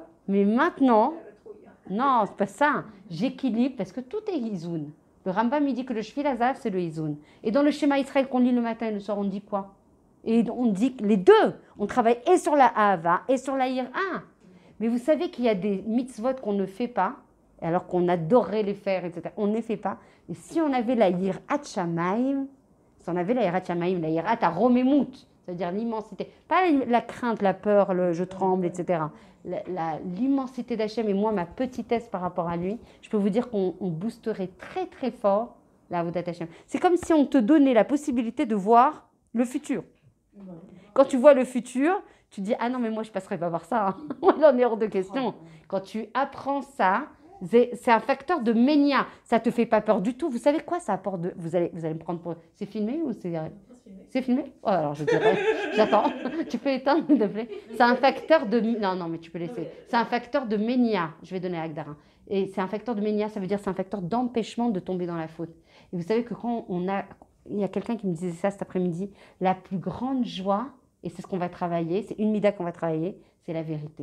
non, c'est pas ça. J'équilibre parce que tout est Izoun. Le Rambam me dit que le Shvil Hazav, c'est le Izoun. Et dans le schéma Israël qu'on lit le matin et le soir, on dit quoi? Et on dit que les deux. On travaille et sur la Ahava et sur la Yira. Mais vous savez qu'il y a des mitzvot qu'on ne fait pas, alors qu'on adorerait les faire, etc. On ne les fait pas. Et si on avait la Yirat Shamaim, la Yirat Aromemut, c'est-à-dire l'immensité, pas la crainte, la peur, je tremble, etc. L'immensité d'Hachem et moi, ma petitesse par rapport à lui, je peux vous dire qu'on boosterait très très fort la Avodat Hashem. C'est comme si on te donnait la possibilité de voir le futur. Quand tu vois le futur, tu dis « Ah non, mais moi, je ne passerai pas par ça. Hein. » Il en est hors de question. Quand tu apprends ça, C'est un facteur de ménia. Ça ne te fait pas peur du tout. Vous savez quoi ça apporte de... Vous allez me prendre pour... C'est filmé ou c'est... C'est filmé? Oh, alors je dirais... J'attends. Tu peux éteindre, s'il te plaît? C'est un facteur de... Non, mais tu peux laisser. C'est un facteur de ménia. Je vais donner à Agdara. Et c'est un facteur de ménia, ça veut dire c'est un facteur d'empêchement de tomber dans la faute. Et vous savez que quand on a... Il y a quelqu'un qui me disait ça cet après-midi. La plus grande joie, et c'est ce qu'on va travailler, c'est une mida qu'on va travailler, c'est la vérité.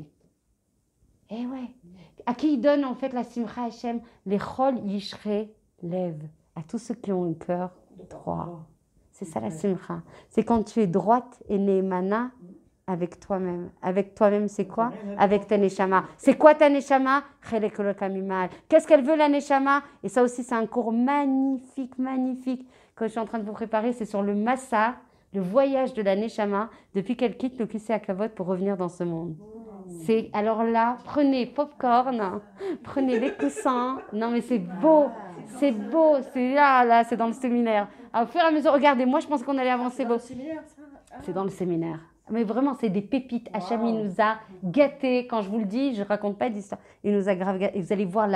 Eh ouais. À qui il donne en fait la simcha Hachem? Les chol yishre lève. À tous ceux qui ont un cœur droit. C'est ça la simcha. C'est quand tu es droite et neemana avec toi-même. Avec toi-même, c'est quoi? Avec ta neshama. C'est quoi ta neshama? Chelek Eloka mimal. Qu'est-ce qu'elle veut la neshama? Et ça aussi, c'est un cours magnifique, magnifique. Quand je suis en train de vous préparer, c'est sur le massa, le voyage de la neshama, depuis qu'elle quitte le Kisei HaKavod pour revenir dans ce monde. C'est, alors là, prenez popcorn, prenez les coussins. Non, mais c'est beau, c'est là, c'est dans le séminaire. Au fur et à mesure, regardez, moi je pense qu'on allait avancer. C'est dans le séminaire. Mais vraiment, c'est des pépites. Hachem, il nous a gâtés. Quand je vous le dis, je ne raconte pas d'histoire. Il nous a grave gâtés. Et vous allez voir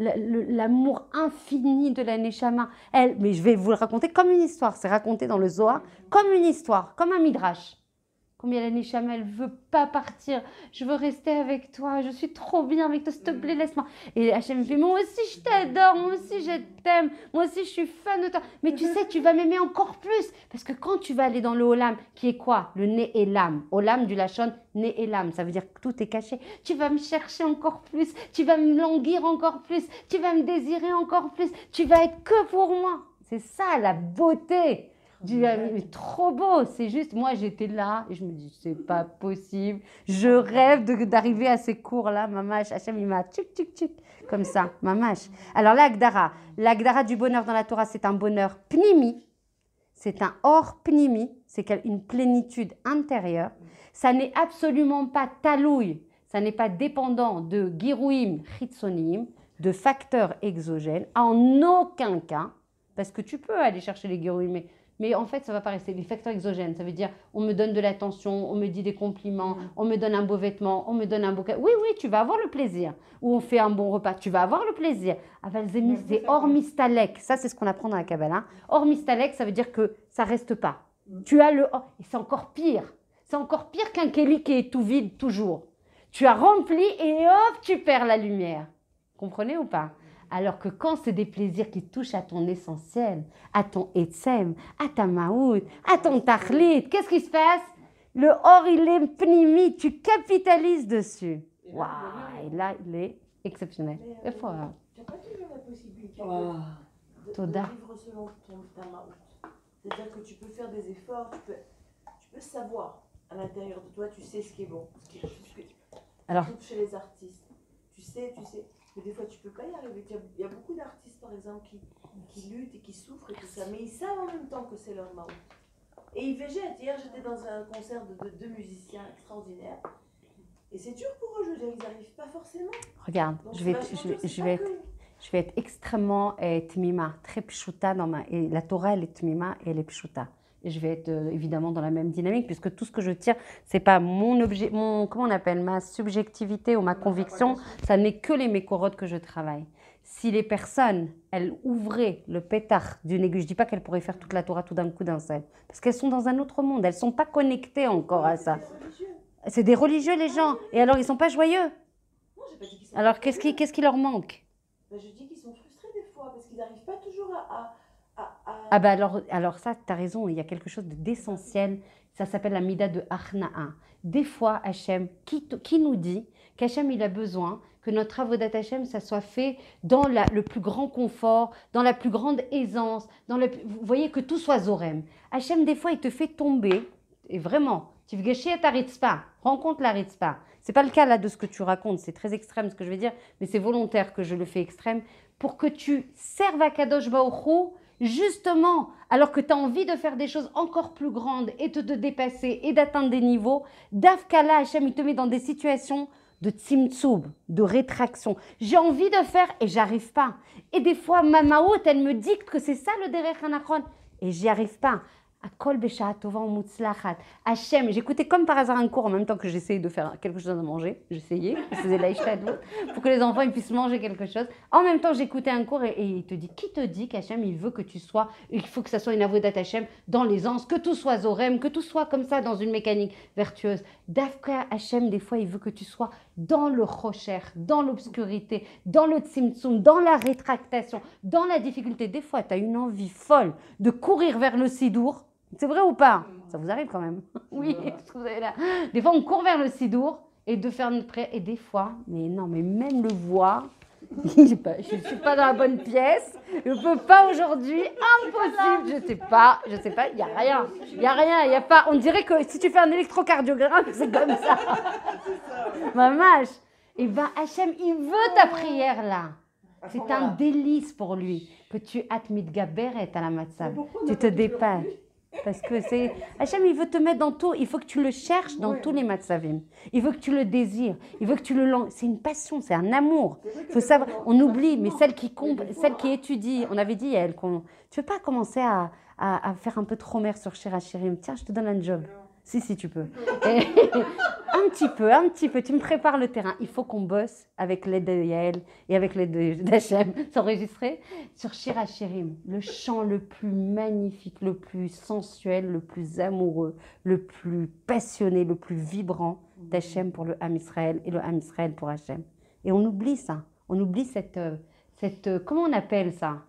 l'amour infini de la Neshama. Mais je vais vous le raconter comme une histoire. C'est raconté dans le Zohar comme une histoire, comme un midrash. Combien la Neshama, elle ne veut pas partir. Je veux rester avec toi. Je suis trop bien avec toi. S'il te plaît, laisse-moi. Et Hachem me fait, moi aussi, je t'adore. Moi aussi, je t'aime. Moi aussi, je suis fan de toi. Mais tu sais, tu vas m'aimer encore plus. Parce que quand tu vas aller dans le Olam, qui est quoi? Le nez et l'âme. Olam du Lachon, nez et l'âme. Ça veut dire que tout est caché. Tu vas me chercher encore plus. Tu vas me languir encore plus. Tu vas me désirer encore plus. Tu vas être que pour moi. C'est ça, la beauté. Mais trop beau, c'est juste, moi j'étais là et je me dis, c'est pas possible, je rêve d'arriver à ces cours-là, mamash, Hachem il m'a tchik tchik tchik, comme ça, mamash. Alors l'Agdara du bonheur dans la Torah, c'est un bonheur pnimi, c'est un or pnimi, c'est une plénitude intérieure, ça n'est absolument pas talouille, ça n'est pas dépendant de girouim chitsonim, de facteurs exogènes, en aucun cas, parce que tu peux aller chercher les girouim, mais en fait, ça va pas rester. Les facteurs exogènes, ça veut dire on me donne de l'attention, on me dit des compliments, on me donne un beau vêtement, on me donne un beau cadeau. Oui, tu vas avoir le plaisir. Ou on fait un bon repas, tu vas avoir le plaisir. C'est hors mistalek. Ça, c'est ce qu'on apprend dans la Kabbalah. Hors mistalek, ça veut dire que ça reste pas. Tu as le hors. Et c'est encore pire. C'est encore pire qu'un kéli qui est tout vide toujours. Tu as rempli et hop, tu perds la lumière. Comprenez ou pas? Alors que quand c'est des plaisirs qui touchent à ton essentiel, à ton etzem, à ta maout, à ton tachlit, qu'est-ce qui se passe? Le or, il est pnimi, tu capitalises dessus. Waouh, et là, il est exceptionnel. Tu n'as pas toujours la possibilité de vivre selon ta maout. C'est-à-dire que tu peux faire des efforts, tu peux savoir à l'intérieur de toi, tu sais ce qui est bon. Alors, chez les artistes, tu sais. Mais des fois, tu ne peux pas y arriver. Il y a beaucoup d'artistes, par exemple, qui luttent et qui souffrent et tout ça. Mais ils savent en même temps que c'est leur maout. Et ils végètent. Hier, j'étais dans un concert de deux musiciens extraordinaires. Et c'est dur pour eux, je veux dire, ils n'arrivent pas forcément. Regarde, donc, je vais être extrêmement tmima, très pshuta et la Torah, elle est tmima et elle est pshuta. Et je vais être évidemment dans la même dynamique, puisque tout ce que je tire, c'est pas comment on appelle, ma subjectivité ou ma conviction, ça n'est que les mécorotes que je travaille. Si les personnes, elles ouvraient le pétard d'une aiguille, je dis pas qu'elles pourraient faire toute la Torah tout d'un coup d'un seul, parce qu'elles sont dans un autre monde, elles sont pas connectées encore à ça. C'est des religieux les gens, et alors ils sont pas joyeux. Non, j'ai pas dit qu'ils sont alors qu'est-ce qui leur manque? Je dis qu'ils sont frustrés des fois, parce qu'ils n'arrivent pas toujours à... Ah bah alors ça, tu as raison, il y a quelque chose d'essentiel, ça s'appelle la mida de Achna'a. Des fois, Hachem, qui nous dit qu'Hachem, il a besoin que notre avodat Hachem, ça soit fait dans le plus grand confort, dans la plus grande aisance, vous voyez, que tout soit zorem. Hachem, des fois, il te fait tomber, et vraiment, tu veux gâcher ta ritzpa, rencontre la ritzpa. C'est pas le cas là de ce que tu racontes, c'est très extrême ce que je vais dire, mais c'est volontaire que je le fais extrême, pour que tu serves à Kadosh Baruch Hu, justement, alors que tu as envie de faire des choses encore plus grandes et de te dépasser et d'atteindre des niveaux, d'Afkala, Hachem, il te met dans des situations de tzimtsoub, de rétraction. J'ai envie de faire et j'arrive pas. Et des fois, ma maout, elle me dicte que c'est ça le derech hanachon et j'y arrive pas. Akol Besha Tova Mutzlachat. Hachem, j'écoutais comme par hasard un cours en même temps que j'essayais de faire quelque chose à manger. J'essayais, je faisais la Ishtadlut pour que les enfants ils puissent manger quelque chose. En même temps, j'écoutais un cours et il te dit, qui te dit qu'Hachem il veut que tu sois, il faut que ça soit une avodat Hachem dans l'aisance, que tout soit Zorem, que tout soit comme ça dans une mécanique vertueuse. Dafka Hachem, des fois, il veut que tu sois dans le rocher, dans l'obscurité, dans le tzimtzum, dans la rétractation, dans la difficulté. Des fois, tu as une envie folle de courir vers le sidour. C'est vrai ou pas? Ça vous arrive quand même? Oui, ce que vous avez là. Des fois, on court vers le sidour et de faire notre prière. Et des fois, mais non, mais même le voir, je ne suis pas dans la bonne pièce, je ne peux pas aujourd'hui, impossible, je sais pas, il n'y a rien, il n'y a pas, on dirait que si tu fais un électrocardiogramme, c'est comme ça. Mamache. Et bien, Hachem, il veut ta prière là. C'est un délice pour lui que tu atmites gaberet à la matzab. Tu te dépasses. Parce que c'est... Hachem, il veut te mettre dans tout. Il faut que tu le cherches dans tous les matzavim. Il veut que tu le désires. Il veut que tu le lances. C'est une passion, c'est un amour. Il faut savoir... On oublie, mais celle qui étudie, on avait dit à elle qu'on... Tu veux pas commencer à faire un peu de romère sur Shir Hashirim? Tiens, je te donne un job. Si, tu peux. Et un petit peu. Tu me prépares le terrain. Il faut qu'on bosse avec l'aide de Yael et avec l'aide d'Hachem, s'enregistrer sur Shir Hashirim, le chant le plus magnifique, le plus sensuel, le plus amoureux, le plus passionné, le plus vibrant d'Hachem pour le Ham Israël et le Ham Israël pour Hachem. Et on oublie ça. On oublie cette comment on appelle ça?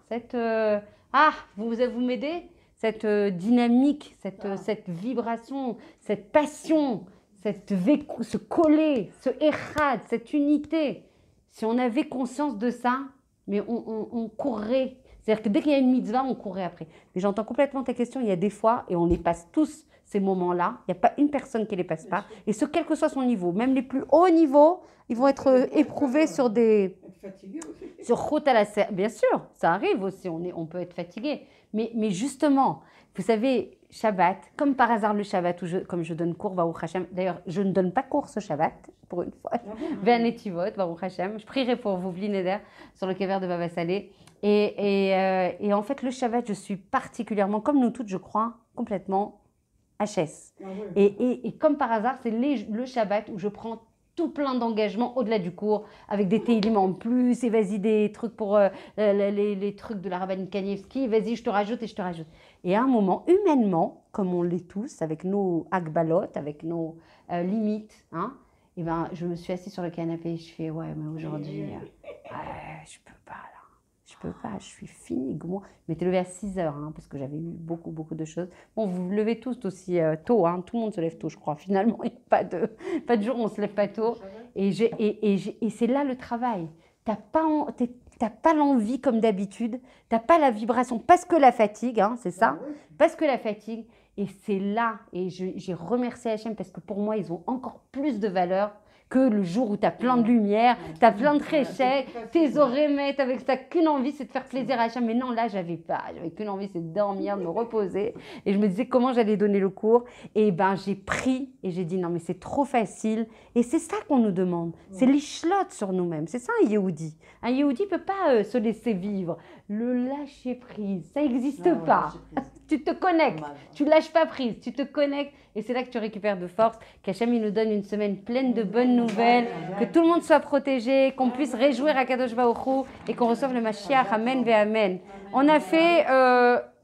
Vous m'aidez? Cette dynamique, cette vibration, cette passion, ce coller, ce érad, cette unité. Si on avait conscience de ça, mais on courrait. C'est-à-dire que dès qu'il y a une mitzvah, on courrait après. Mais j'entends complètement ta question, il y a des fois, et on les passe tous, ces moments-là, il n'y a pas une personne qui ne les passe pas. Et ce, quel que soit son niveau, même les plus hauts niveaux, ils vont être éprouvés sur des... Sur route à la serre. Bien sûr, ça arrive aussi, on peut être fatigué. Mais justement, vous savez, Shabbat, comme par hasard le Shabbat, comme je donne cours, Baruch Hashem, d'ailleurs, je ne donne pas cours ce Shabbat, pour une fois, vers Netivot, Baruch Hashem, je prierai pour vous, Bli Neder, sur le kever de Baba Salé. Et en fait, le Shabbat, je suis particulièrement, comme nous toutes, je crois, complètement HS. Et comme par hasard, c'est le Shabbat où je prends tout plein d'engagements au-delà du cours, avec des télim en plus, et vas-y, des trucs pour les trucs de la rabbinite Kanievski, vas-y, je te rajoute. Et à un moment, humainement, comme on l'est tous, avec nos agbalot, avec nos limites, et ben, je me suis assise sur le canapé et je fais, ouais, mais aujourd'hui, je peux pas là. Je peux pas, je suis finie. Je m'étais levée à 6h parce que j'avais eu beaucoup de choses. Bon, vous vous levez tous aussi tôt, tout le monde se lève tôt, je crois. Finalement, il n'y a pas de jour où on ne se lève pas tôt. Et c'est là le travail. Tu n'as pas l'envie comme d'habitude, tu n'as pas la vibration, parce que la fatigue, c'est ça, parce que la fatigue. Et c'est là, et j'ai remercié Hachem parce que pour moi, ils ont encore plus de valeur que le jour où tu as plein de lumière, tu as plein de réchets, tes oreilles, tu n'as qu'une envie, c'est de faire plaisir à Hachem. Mais non, là, j'avais qu'une envie, c'est de dormir, de me reposer. Et je me disais comment j'allais donner le cours. Et ben, j'ai pris et j'ai dit non, mais c'est trop facile. Et c'est ça qu'on nous demande. C'est l'ishlot sur nous-mêmes. C'est ça un Yehudi. Un Yehudi ne peut pas se laisser vivre. Le lâcher prise, ça n'existe pas. Tu te connectes, tu ne lâches pas prise, tu te connectes et c'est là que tu récupères de force. Qu'Hachem il nous donne une semaine pleine de bonnes nouvelles, que tout le monde soit protégé, qu'on puisse réjouir à Kadosh Baruch Hu et qu'on reçoive le Mashiach. Amen ve Amen. On a fait